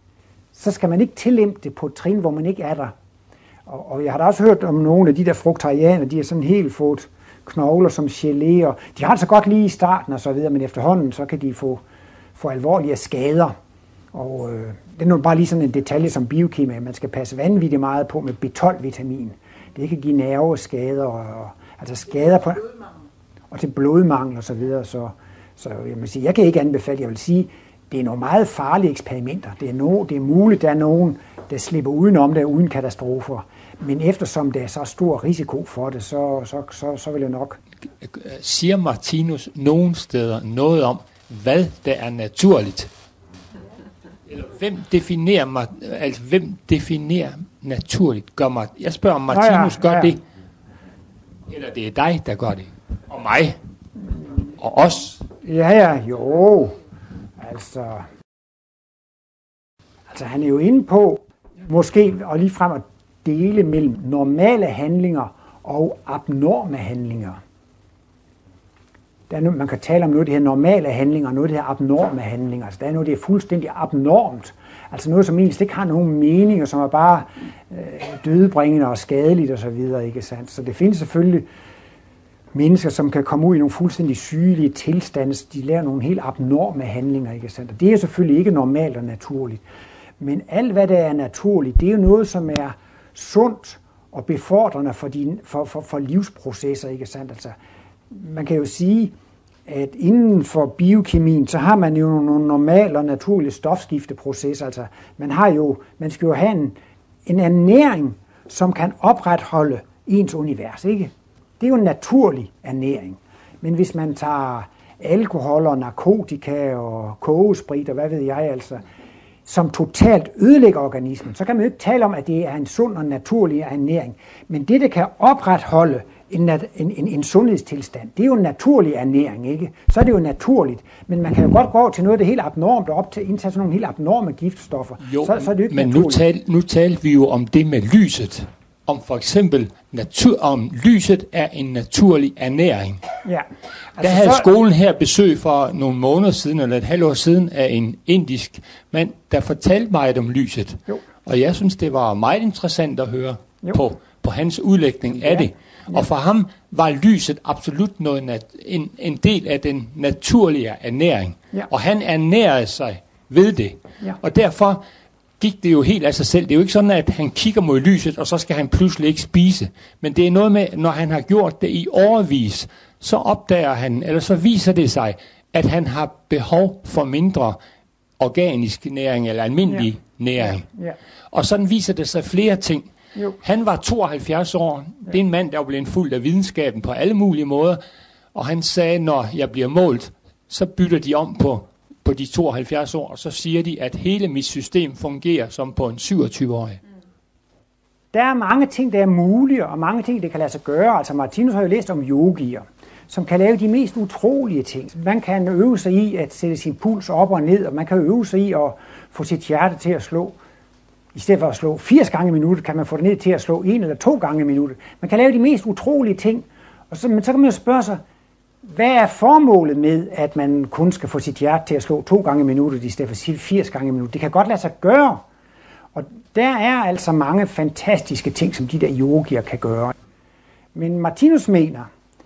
Så skal man ikke tillempe det på et trin, hvor man ikke er der. Og, og jeg har da også hørt om nogle af de der fruktarianer, de har sådan helt fået knogler som gelé, og de har det så godt lige i starten og så videre, men efterhånden så kan de få, få alvorlige skader. Og øh, det er nu bare lige sådan en detalje som biokemi, man skal passe vanvittigt meget på med B tolv vitamin. Det kan give nerveskader, og, altså skader på, og til blodmangel og så videre. Så, så jeg, må sige, jeg kan ikke anbefale, jeg vil sige, det er nogle meget farlige eksperimenter. Det er, no, det er muligt, der er nogen, der slipper udenom det uden katastrofer. Men eftersom der er så stor risiko for det, så, så, så, så vil jeg nok... Siger Martinus nogen steder noget om, hvad der er naturligt? Eller hvem definerer, altså, hvem definerer naturligt? Gør Mart- jeg spørger, om Martinus ja, ja, ja. gør det? Eller det er dig, der gør det? Og mig? Og os? Ja, ja, jo... Altså, altså han er jo inde på måske og lige frem at dele mellem normale handlinger og abnorme handlinger. Der er noget, man kan tale om noget af det her normale handlinger og noget af det her abnorme handlinger. Altså der er noget, det er fuldstændig abnormt. Altså noget, som egentlig ikke har nogen mening, og som er bare øh, dødebringende og skadeligt osv. Ikke sandt? Så det findes selvfølgelig mennesker, som kan komme ud i nogle fuldstændig sygelige tilstande, de laver nogle helt abnorme handlinger, ikke sandt? Og det er selvfølgelig ikke normalt og naturligt. Men alt, hvad der er naturligt, det er jo noget, som er sundt og befordrende for, de, for, for, for livsprocesser, ikke sandt? Altså, man kan jo sige, at inden for biokemien, så har man jo nogle normale og naturlige stofskifteprocesser. Altså, man har jo, man skal jo have en, en ernæring, som kan opretholde ens univers, ikke? Det er jo en naturlig ernæring. Men hvis man tager alkohol og narkotika og kogesprit og hvad ved jeg altså, som totalt ødelægger organismen, så kan man jo ikke tale om, at det er en sund og naturlig ernæring. Men det, der kan opretholde en, en, en, en sundhedstilstand, det er jo en naturlig ernæring, ikke? Så er det jo naturligt. Men man kan jo godt gå over til noget, der er helt abnormt, og op til indtage sådan nogle helt abnorme giftstoffer. Jo, så, så er det jo ikke men naturligt. nu, tal, nu talte vi jo om det med lyset. Om for eksempel, natur, om lyset er en naturlig ernæring. Ja. Altså, der havde så... skolen her besøg for nogle måneder siden, eller et halvt år siden, af en indisk mand, der fortalte mig om lyset. Jo. Og jeg synes, det var meget interessant at høre på, på hans udlægning ja. af det. Ja. Og for ham var lyset absolut noget nat- en, en del af den naturlige ernæring. Ja. Og han ernærede sig ved det. Ja. Og derfor gik det jo helt af sig selv. Det er jo ikke sådan, at han kigger mod lyset, og så skal han pludselig ikke spise. Men det er noget med, når han har gjort det i årevis, så opdager han, eller så viser det sig, at han har behov for mindre organisk næring, eller almindelig ja. næring. Ja. Ja. Og sådan viser det sig flere ting. Jo. Han var tooghalvfjerds år. Ja. Det er en mand, der er blevet fuld af videnskaben på alle mulige måder. Og han sagde, når jeg bliver målt, så bytter de om på, på de tooghalvfjerds år, og så siger de, at hele mit system fungerer som på en syvogtyve-årig. Der er mange ting, der er mulige, og mange ting, der kan lade sig gøre. Altså Martinus har jo læst om yogier, som kan lave de mest utrolige ting. Man kan øve sig i at sætte sin puls op og ned, og man kan øve sig i at få sit hjerte til at slå. I stedet for at slå firs gange i minuttet, kan man få det ned til at slå en eller to gange i minuttet. Man kan lave de mest utrolige ting, og så, men så kan man jo spørge sig, hvad er formålet med, at man kun skal få sit hjerte til at slå to gange i minuttet, i stedet for firs gange i minuttet? Det kan godt lade sig gøre, og der er altså mange fantastiske ting, som de der yogier kan gøre. Men Martinus mener,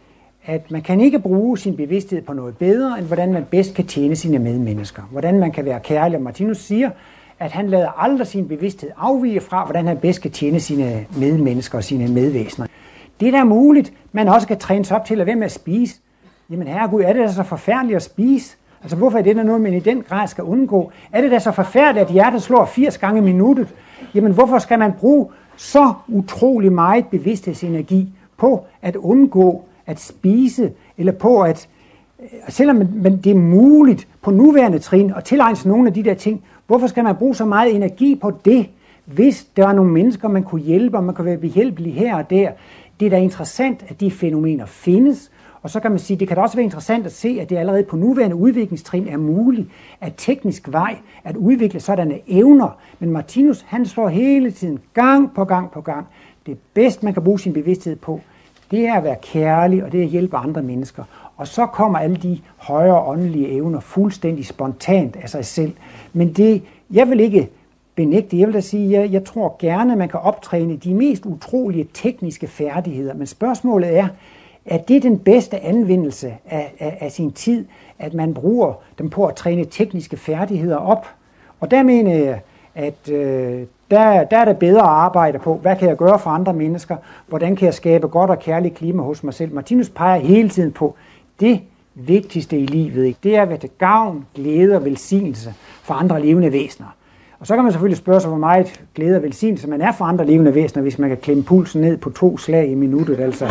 at man kan ikke bruge sin bevidsthed på noget bedre, end hvordan man bedst kan tjene sine medmennesker. Hvordan man kan være kærlig. Og Martinus siger, at han lader aldrig sin bevidsthed afvige fra, hvordan han bedst kan tjene sine medmennesker og sine medvæsener. Det der er muligt, man også kan træne sig op til at være med at spise. Jamen herregud, er det da så forfærdeligt at spise? Altså hvorfor er det der noget, man i den grad skal undgå? Er det da så forfærdeligt, at hjertet slår firs gange i minuttet? Jamen hvorfor skal man bruge så utrolig meget bevidsthedsenergi på at undgå at spise, eller på at, selvom man, det er muligt på nuværende trin at tilegne sig nogle af de der ting, hvorfor skal man bruge så meget energi på det, hvis der er nogle mennesker, man kunne hjælpe, og man kan være behjælpelig her og der? Det er da interessant, at de fænomener findes, og så kan man sige, det kan da også være interessant at se, at det allerede på nuværende udviklingstrin er muligt at teknisk vej at udvikle sådanne evner. Men Martinus, han slår hele tiden gang på gang på gang. Det bedste, man kan bruge sin bevidsthed på, det er at være kærlig, og det er at hjælpe andre mennesker. Og så kommer alle de højere åndelige evner fuldstændig spontant af sig selv. Men det, jeg vil ikke benægte, jeg vil da sige, jeg, jeg tror gerne, at man kan optræne de mest utrolige tekniske færdigheder. Men spørgsmålet er, er det den bedste anvendelse af, af, af sin tid, at man bruger dem på at træne tekniske færdigheder op? Og der mener jeg, at øh, der, der er det bedre at arbejde på, hvad kan jeg gøre for andre mennesker, hvordan kan jeg skabe godt og kærligt klima hos mig selv. Martinus peger hele tiden på, det vigtigste i livet, ikke? Det er at være til gavn, glæde og velsignelse for andre levende væsener. Og så kan man selvfølgelig spørge sig, hvor meget glæde og velsignelse man er for andre levende væsener, hvis man kan klemme pulsen ned på to slag i minuttet. Altså.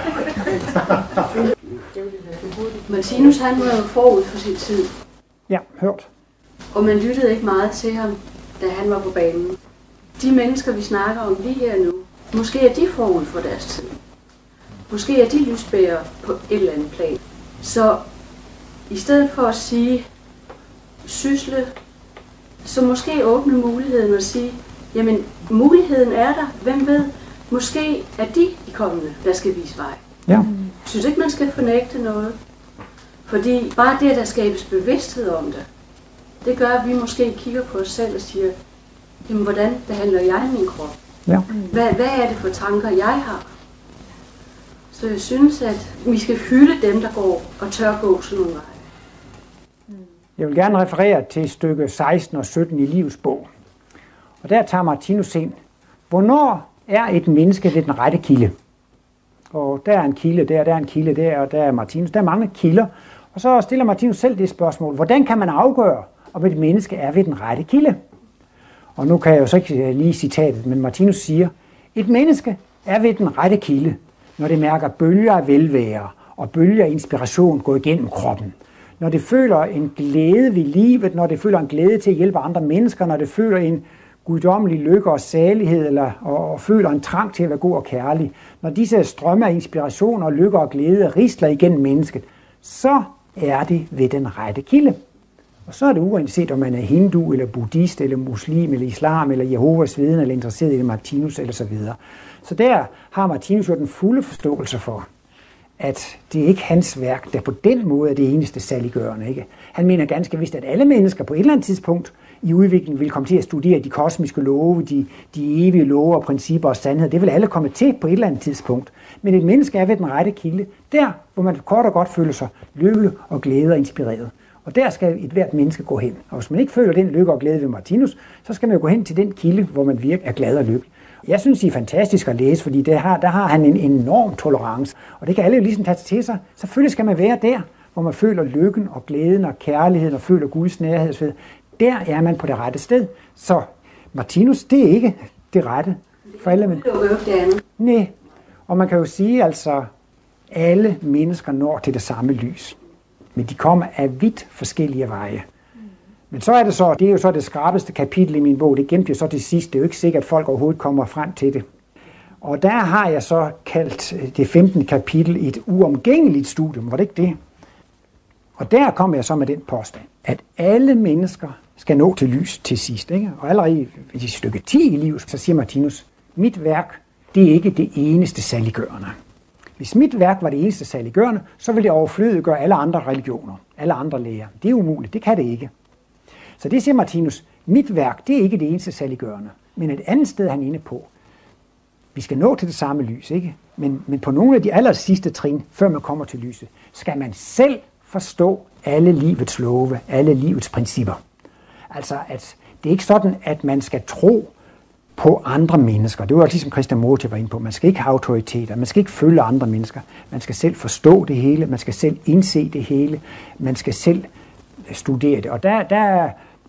Martinus, han var jo forud for sin tid. Ja, hørt. Og man lyttede ikke meget til ham, da han var på banen. De mennesker, vi snakker om lige her nu, måske er de forud for deres tid. Måske er de lysbærere på et eller andet plan. Så i stedet for at sige sysle, så måske åbne muligheden og sige, jamen muligheden er der, hvem ved, måske er de de kommende, der skal vise vej. Ja. Jeg synes ikke, man skal fornægte noget. Fordi bare det, der skabes bevidsthed om det, det gør, at vi måske kigger på os selv og siger, jamen hvordan behandler jeg min krop? Ja. Hvad, hvad er det for tanker, jeg har? Så jeg synes, at vi skal hylde dem, der går og tør gå sådan nogle veje. Jeg vil gerne referere til stykke seksten og sytten i Livets bog. Og der tager Martinus ind, hvornår er et menneske ved den rette kilde? Og der er en kilde der, der er en kilde der, og der er Martinus. Der er mange kilder. Og så stiller Martinus selv det spørgsmål, hvordan kan man afgøre, om et menneske er ved den rette kilde? Og nu kan jeg jo så ikke lige citatet, men Martinus siger, et menneske er ved den rette kilde, når det mærker bølger af velvære og bølger af inspiration gå igennem kroppen. Når det føler en glæde ved livet, når det føler en glæde til at hjælpe andre mennesker, når det føler en guddommelig lykke og salighed, eller, og, og føler en trang til at være god og kærlig. Når disse strømme af inspiration og lykke og glæde risler igennem mennesket, så er det ved den rette kilde. Og så er det uanset om man er hindu, eller buddhist, eller muslim, eller islam, eller Jehovas vidne, eller interesseret i det Martinus, eller så videre. Så der har Martinus jo den fulde forståelse for, at det er ikke hans værk, der på den måde er det eneste saliggørende. Ikke? Han mener ganske vist, at alle mennesker på et eller andet tidspunkt i udviklingen vil komme til at studere de kosmiske love, de, de evige love og principper og sandhed. Det vil alle komme til på et eller andet tidspunkt. Men et menneske er ved den rette kilde, der hvor man kort og godt føler sig lykkelig og glæde og inspireret. Og der skal et hvert menneske gå hen. Og hvis man ikke føler den lykke og glæde ved Martinus, så skal man jo gå hen til den kilde, hvor man virkelig er glad og lykkelig. Jeg synes, det er fantastisk at læse, fordi der har, der har han en enorm tolerance. Og det kan alle jo ligesom tage til sig. Selvfølgelig skal man være der, hvor man føler lykken og glæden og kærligheden og føler Guds nærhed. Der er man på det rette sted. Så Martinus, det er ikke det rette for alle. Men... Nej. Og man kan jo sige, altså, alle mennesker når til det samme lys. Men de kommer af vidt forskellige veje. Men så er det så, det er jo så det skarpeste kapitel i min bog, det gemte jeg så til sidst. Det er jo ikke sikkert, at folk overhovedet kommer frem til det. Og der har jeg så kaldt det femtende kapitel et uomgængeligt studium, var det ikke det? Og der kommer jeg så med den påstand, at alle mennesker skal nå til lys til sidst. Ikke? Og allerede i stykke ti i livet, så siger Martinus, mit værk, det er ikke det eneste saliggørende. Hvis mit værk var det eneste saliggørende, så ville det overflødiggøre alle andre religioner, alle andre læger. Det er umuligt, det kan det ikke. Så det siger Martinus, mit værk, det er ikke det eneste saliggørende. Men et andet sted er han inde på. Vi skal nå til det samme lys, ikke? Men, men på nogle af de aller sidste trin, før man kommer til lyset, skal man selv forstå alle livets love, alle livets principper. Altså, at det er ikke sådan, at man skal tro på andre mennesker. Det var også ligesom Christian Mote var inde på. Man skal ikke have autoriteter, man skal ikke følge andre mennesker. Man skal selv forstå det hele, man skal selv indse det hele, man skal selv studere det. Og der, der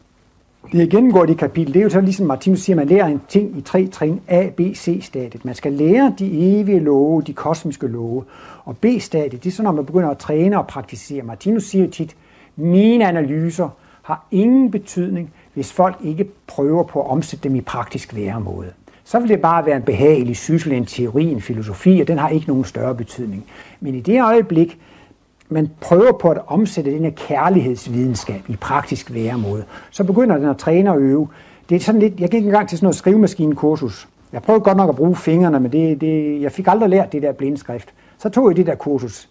det gennemgår det kapitel, det er jo så ligesom Martinus siger, man lærer en ting i tre trin, A, B, C-stadiet. Man skal lære de evige love, de kosmiske love. Og B-stadiet, det er så, når man begynder at træne og praktisere. Martinus siger tit, mine analyser har ingen betydning, hvis folk ikke prøver på at omsætte dem i praktisk væremåde. Så vil det bare være en behagelig syssel, en teori, en filosofi, og den har ikke nogen større betydning. Men i det øjeblik, man prøver på at omsætte den her kærlighedsvidenskab i praktisk væremåde, så begynder den at træne og øve. Det er sådan lidt, jeg gik engang til sådan noget skrivemaskinekursus. Jeg prøvede godt nok at bruge fingrene, men det, det, jeg fik aldrig lært det der blindskrift. Så tog jeg det der kursus.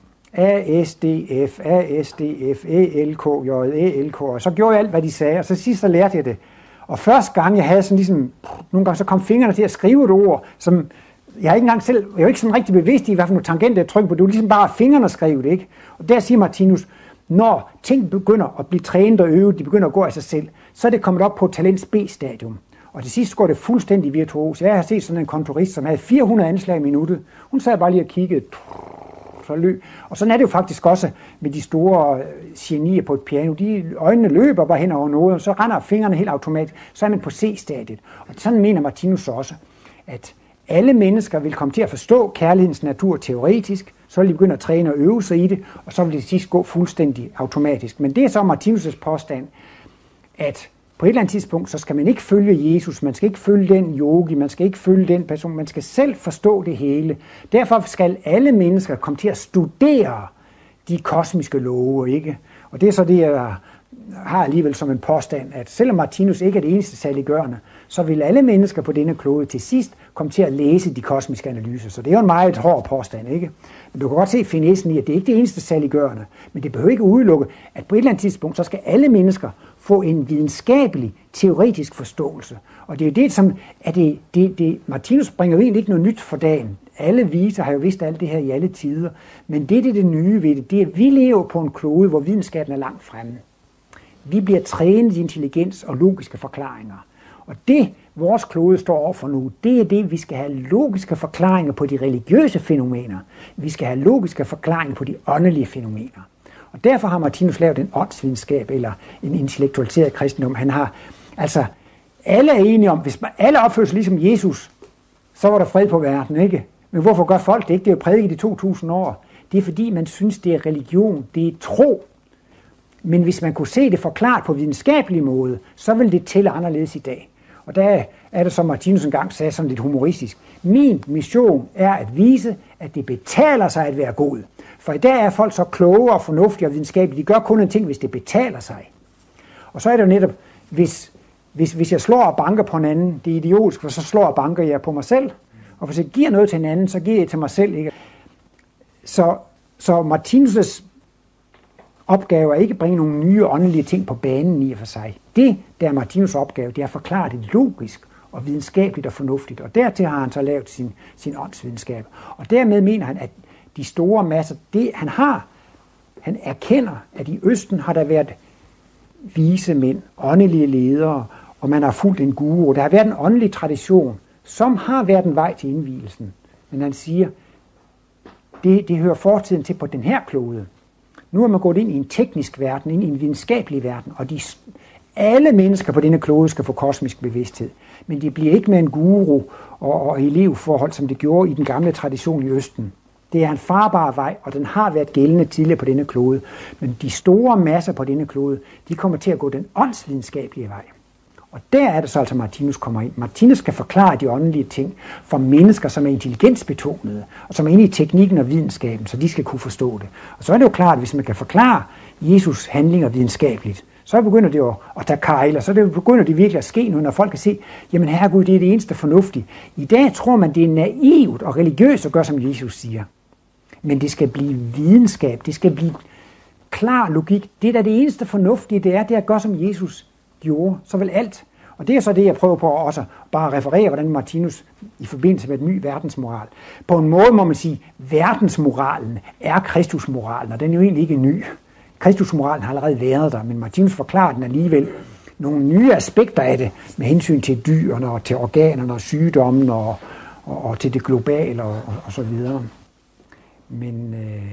A, S, D, F, A, S, D, F, E, L, K, J, E, L, K, og så gjorde jeg alt, hvad de sagde, og så sidst så lærte jeg det. Og første gang, jeg havde sådan ligesom, nogle gange så kom fingrene til at skrive et ord, som jeg ikke engang selv, jeg er jo ikke sådan rigtig bevidst i, hvad for nogle tangenter jeg trykker på, det er ligesom bare fingrene at skrive det, ikke? Og der siger Martinus, når ting begynder at blive trænet og øvet, de begynder at gå af sig selv, så er det kommet op på talents B-stadium. Og til sidst går det fuldstændig virtuos. Jeg har set sådan en kontorist, som havde fire hundrede anslag i minuttet. Hun sad bare lige og kiggede, så løb. Og sådan er det jo faktisk også med de store genier på et piano. De øjnene løber bare hen over noget, og så render fingrene helt automatisk. Så er man på C-stadiet. Og sådan mener Martinus også, at alle mennesker vil komme til at forstå kærlighedens natur teoretisk, så vil de begynde at træne og øve sig i det, og så vil det sidst gå fuldstændig automatisk. Men det er så Martinus' påstand, at på et eller andet tidspunkt, så skal man ikke følge Jesus, man skal ikke følge den yogi, man skal ikke følge den person, man skal selv forstå det hele. Derfor skal alle mennesker komme til at studere de kosmiske love, ikke? Og det er så det, jeg har alligevel som en påstand, at selvom Martinus ikke er det eneste saliggørende, så vil alle mennesker på denne klode til sidst komme til at læse de kosmiske analyser. Så det er jo en meget hård påstand, ikke? Men du kan godt se finessen i, at det ikke er det eneste saliggørende, men det behøver ikke udelukke, at på et eller andet tidspunkt, så skal alle mennesker få en videnskabelig, teoretisk forståelse. Og det er jo det, som at det, det, det, Martinus bringer jo egentlig ikke noget nyt for dagen. Alle viser har jo vidst alt det her i alle tider. Men det, det er det nye ved det, det er, at vi lever på en klode, hvor videnskaben er langt fremme. Vi bliver trænet i intelligens og logiske forklaringer. Og det, vores klode står overfor nu, det er det, vi skal have logiske forklaringer på de religiøse fænomener. Vi skal have logiske forklaringer på de åndelige fænomener. Og derfor har Martinus lavet en åndsvidenskab, eller en intellektualiseret kristendom. Han har, altså, alle er enige om, hvis alle opfører sig ligesom Jesus, så var der fred på verden, ikke? Men hvorfor gør folk det ikke? Det er jo prædiket i to tusind år. Det er fordi, man synes, det er religion, det er tro. Men hvis man kunne se det forklaret på videnskabelig måde, så ville det tælle anderledes i dag. Og der er det, som Martinus engang sagde sådan lidt humoristisk. Min mission er at vise, at det betaler sig at være god. For i dag er folk så kloge og fornuftige og videnskabelige. De gør kun en ting, hvis det betaler sig. Og så er det jo netop, hvis, hvis, hvis jeg slår og banker på en anden, det er idiotisk, for så slår og banker jeg på mig selv. Og hvis jeg giver noget til en anden, så giver jeg til mig selv. Ikke? Så, så Martinus' opgave er ikke at bringe nogle nye åndelige ting på banen i og for sig. Det, der er Martinus' opgave, det er at forklare det logisk og videnskabeligt og fornuftigt. Og dertil har han så lavet sin, sin åndsvidenskab. Og dermed mener han, at de store masser, det han har, han erkender, at i Østen har der været vise mænd, åndelige ledere, og man har fulgt en guru. Der har været en åndelig tradition, som har været en vej til indvielsen. Men han siger, det, det hører fortiden til på den her klode. Nu er man gået ind i en teknisk verden, ind i en videnskabelig verden, og de, alle mennesker på denne klode skal få kosmisk bevidsthed. Men det bliver ikke med en guru og, og elevforhold, som det gjorde i den gamle tradition i Østen. Det er en farbar vej, og den har været gældende tidligere på denne klode. Men de store masser på denne klode, de kommer til at gå den åndsvidenskabelige vej. Og der er det så altså, Martinus kommer ind. Martinus skal forklare de åndelige ting for mennesker, som er intelligensbetonede, og som er inde i teknikken og videnskaben, så de skal kunne forstå det. Og så er det jo klart, at hvis man kan forklare Jesus handlinger videnskabeligt, så begynder det jo at tage kejl, og så begynder det virkelig at ske nu, når folk kan se, jamen herregud, det er det eneste fornuftige. I dag tror man, det er naivt og religiøst at gøre, som Jesus siger. Men det skal blive videnskab, det skal blive klar logik. Det der er det eneste fornuftige, det er, det er at gøre, som Jesus gjorde, så vel alt. Og det er så det, jeg prøver på også bare at referere, hvordan Martinus i forbindelse med den nye verdensmoral. På en måde må man sige, at verdensmoralen er Kristusmoralen, og den er jo egentlig ikke ny. Kristusmoralen har allerede været der, men Martinus forklarer den alligevel nogle nye aspekter af det, med hensyn til dyrene og til organerne og sygdommen og, og, og til det globale og, og, og så videre. Men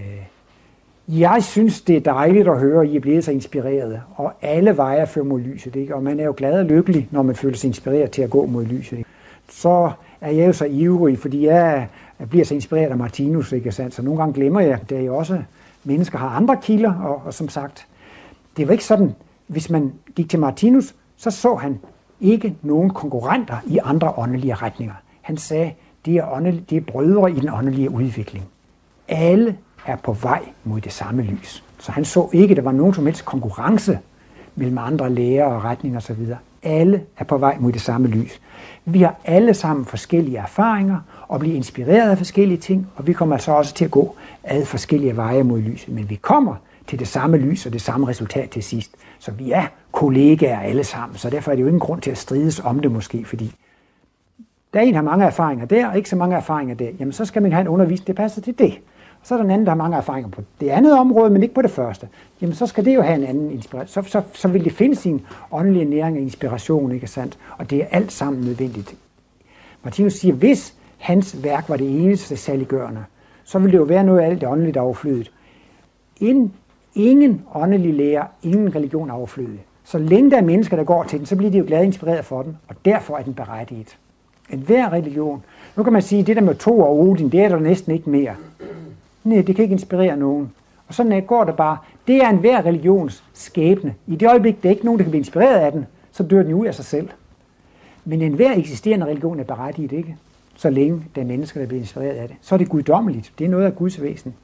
øh, jeg synes, det er dejligt at høre, at I er blevet så inspireret, og alle veje fører mod lyset, ikke? Og man er jo glad og lykkelig, når man føler sig inspireret til at gå mod lyset, ikke? Så er jeg jo så ivrig, fordi jeg, jeg bliver så inspireret af Martinus, ikke sandt? Så nogle gange glemmer jeg, at jeg også mennesker har andre kilder, og, og som sagt, det var ikke sådan, hvis man gik til Martinus, så så han ikke nogen konkurrenter i andre åndelige retninger. Han sagde, det er, åndelig, det er brødre i den åndelige udvikling. Alle er på vej mod det samme lys. Så han så ikke, at der var nogen som helst konkurrence mellem andre lærer og retninger osv. Alle er på vej mod det samme lys. Vi har alle sammen forskellige erfaringer og bliver inspireret af forskellige ting, og vi kommer altså også til at gå ad forskellige veje mod lyset. Men vi kommer til det samme lys og det samme resultat til sidst. Så vi er kollegaer alle sammen, så derfor er det jo ingen grund til at strides om det måske, fordi der er en, der har mange erfaringer der, og ikke så mange erfaringer der. Jamen så skal man have en undervisning, der passer til det. Og så er der en anden, der har mange erfaringer på det andet område, men ikke på det første. Jamen så skal det jo have en anden inspiration. Så, så, så vil det finde sin åndelige næring og inspiration, ikke sandt? Og det er alt sammen nødvendigt. Martinus siger, hvis hans værk var det eneste saliggørende, så ville det jo være noget af alt det åndeligt overflødet. In, ingen åndelig lærer, ingen religion overflødet. Så længe der er mennesker, der går til den, så bliver de jo glade og inspireret for den, og derfor er den berettiget. En hver religion. Nu kan man sige, at det der med Thor og Odin, det er der næsten ikke mere. Nej, det kan ikke inspirere nogen. Og sådan går det bare. Det er en hver religions skæbne. I det øjeblik, der er ikke nogen, der kan blive inspireret af den, så dør den ud af sig selv. Men en hver eksisterende religion er berettiget, ikke? Så længe der er mennesker, der bliver inspireret af det. Så er det guddommeligt. Det er noget af Guds væsen.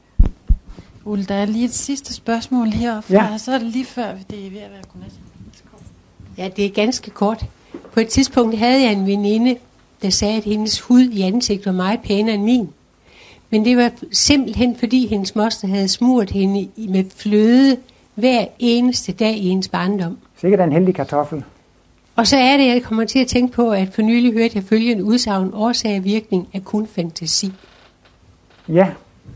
Ole, der er lige et sidste spørgsmål heroppe. Ja. Så er det lige før, det er ved at være godnat. Ja, det er ganske kort. På et tidspunkt havde jeg en veninde, der sagde, at hendes hud i ansigtet var meget pænere end min. Men det var simpelthen, fordi hendes moster havde smurt hende med fløde hver eneste dag i hendes barndom. Sikkert en heldig kartoffel. Og så er det, jeg kommer til at tænke på, at for nylig hørte jeg følgende udsagn: årsag og virkning er kun fantasi. Ja.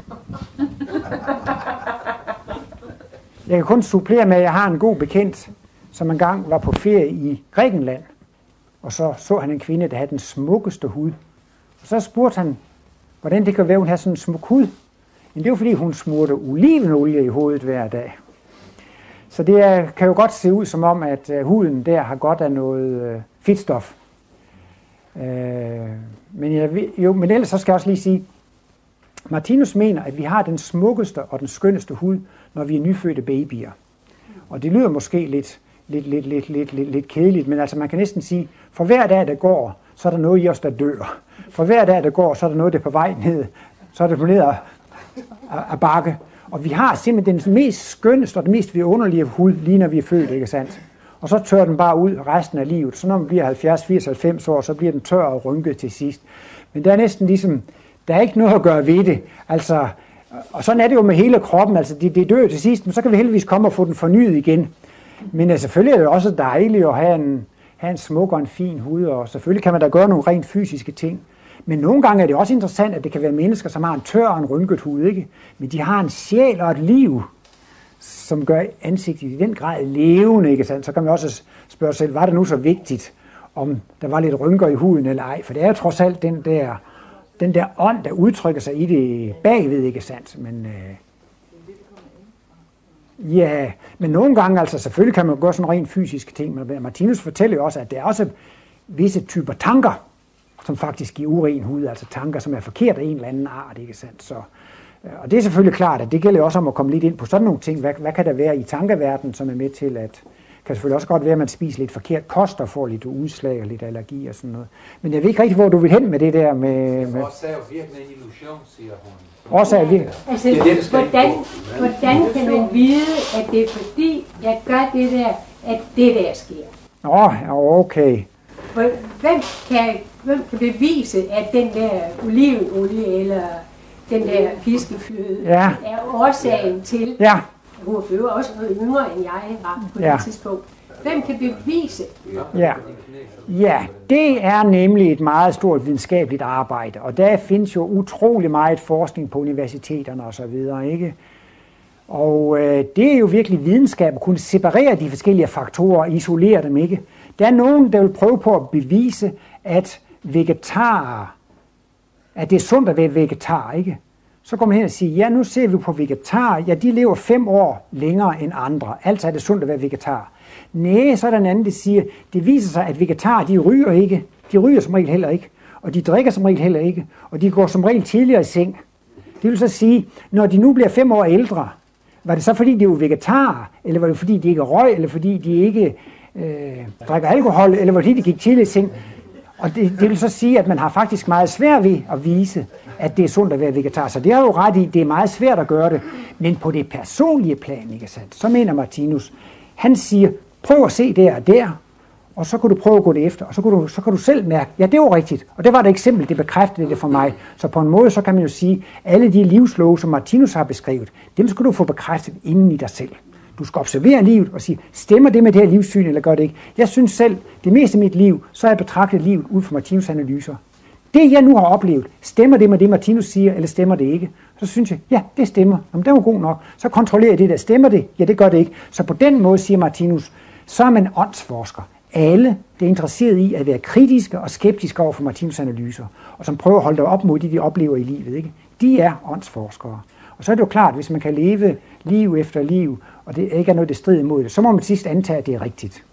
Jeg kan kun supplere med, at jeg har en god bekendt, som engang var på ferie i Grækenland. Og så så han en kvinde, der havde den smukkeste hud. Og så spurgte han, hvordan det kan være, hun har sådan en smuk hud. Men det var fordi, hun smurte olivenolie i hovedet hver dag. Så det er, kan jo godt se ud som om, at uh, huden der har godt af noget uh, fedtstof. Uh, men, jeg, jo, men ellers så skal jeg også lige sige, Martinus mener, at vi har den smukkeste og den skønneste hud, når vi er nyfødte babyer. Og det lyder måske lidt, lidt, lidt, lidt, lidt, lidt, lidt kedeligt, men altså man kan næsten sige, for hver dag, der går, så er der noget i os, der dør. For hver dag, der går, så er der noget, der er på vej ned. Så er det på ned af, af bakke. Og vi har simpelthen den mest skønneste og den mest vidunderlige hud, lige når vi er født, ikke sandt? Og så tør den bare ud resten af livet. Så når man bliver halvfjerds, firs, halvfems år, så bliver den tør og rynket til sidst. Men der er næsten ligesom, der er ikke noget at gøre ved det. Altså, og sådan er det jo med hele kroppen. Altså, det, det dør til sidst, men så kan vi heldigvis komme og få den fornyet igen. Men altså, selvfølgelig er det også dejligt at have en, have en smuk og en fin hud, og selvfølgelig kan man da gøre nogle rent fysiske ting. Men nogle gange er det også interessant, at det kan være mennesker, som har en tør og en rynket hud, ikke? Men de har en sjæl og et liv, som gør ansigtet i den grad levende, ikke sandt? Så kan man også spørge sig selv, var det nu så vigtigt, om der var lidt rynker i huden eller ej? For det er jo trods alt den der, den der ånd, der udtrykker sig i det bagved, ikke sandt? Men øh, ja, men nogle gange, altså selvfølgelig kan man gøre sådan rent fysiske ting, men Martinus fortæller jo også, at der er også visse typer tanker, som faktisk giver uren hud, altså tanker, som er forkert af en eller anden art, ikke sandt? Så, og det er selvfølgelig klart, at det gælder også om at komme lidt ind på sådan nogle ting. Hvad, hvad kan der være i tankeverdenen, som er med til at... kan selvfølgelig også godt være, at man spiser lidt forkert kost og får lidt udslag og lidt allergi og sådan noget. Men jeg ved ikke rigtig, hvor du vil hen med det der med... med Årsag er virkelig en illusion, siger hun. Årsag er virkelig... Altså, det er det, hvordan, hvordan kan man vide, at det er fordi, jeg gør det der, at det der sker? Åh, oh, okay. Hvem kan, hvem kan bevise, at den der olivenolie eller den der fiskefløde ja. er årsagen til... Ja. Hun er jo også noget yngre, end jeg var på ja. det tidspunkt. Hvem kan bevise? Ja. ja, det er nemlig et meget stort videnskabeligt arbejde, og der findes jo utrolig meget forskning på universiteterne og så videre, ikke? Og øh, det er jo virkelig videnskab at kunne separere de forskellige faktorer og isolere dem, ikke? Der er nogen, der vil prøve på at bevise, at vegetarer, at det er sundt at være vegetar, ikke? Så kommer man hen og siger, ja, nu ser vi på vegetarer, ja, de lever fem år længere end andre, altså er det sundt at være vegetar. Næh, så er der en anden, der siger, det viser sig, at vegetarer, de ryger ikke, de ryger som regel heller ikke, og de drikker som regel heller ikke, og de går som regel tidligere i seng. Det vil så sige, når de nu bliver fem år ældre, var det så fordi, de var vegetarer, eller var det fordi, de ikke røg, eller fordi de ikke øh, drikker alkohol, eller var det fordi, de gik tidligere i seng? Og det, det vil så sige, at man har faktisk meget svært ved at vise, at det er sundt at være vegetar. Så det er jo ret i, det er meget svært at gøre det. Men på det personlige plan, ikke sandt, så mener Martinus, han siger, prøv at se der og der, og så kan du prøve at gå det efter, og så kan du, så kan du selv mærke, ja, det var rigtigt. Og det var et eksempel, det bekræftede det for mig. Så på en måde, så kan man jo sige, alle de livslove, som Martinus har beskrevet, dem skal du få bekræftet inden i dig selv. Du skal observere livet og sige, stemmer det med det her livssyn, eller gør det ikke? Jeg synes selv, det meste af mit liv, så har jeg betragtet livet ud fra Martinus' analyser. Det, jeg nu har oplevet, stemmer det med det, Martinus siger, eller stemmer det ikke? Så synes jeg, ja, det stemmer. Jamen, det var god nok. Så kontrollerer jeg det der. Stemmer det? Ja, det gør det ikke. Så på den måde, siger Martinus, så er man åndsforsker. Alle, der er interesseret i at være kritiske og skeptiske over for Martinus' analyser, og som prøver at holde det op mod det, de oplever i livet, ikke? De er åndsforskere. Og så er det jo klart, hvis man kan leve liv efter liv, og det ikke er noget, der strider imod det, så må man sidst antage, at det er rigtigt.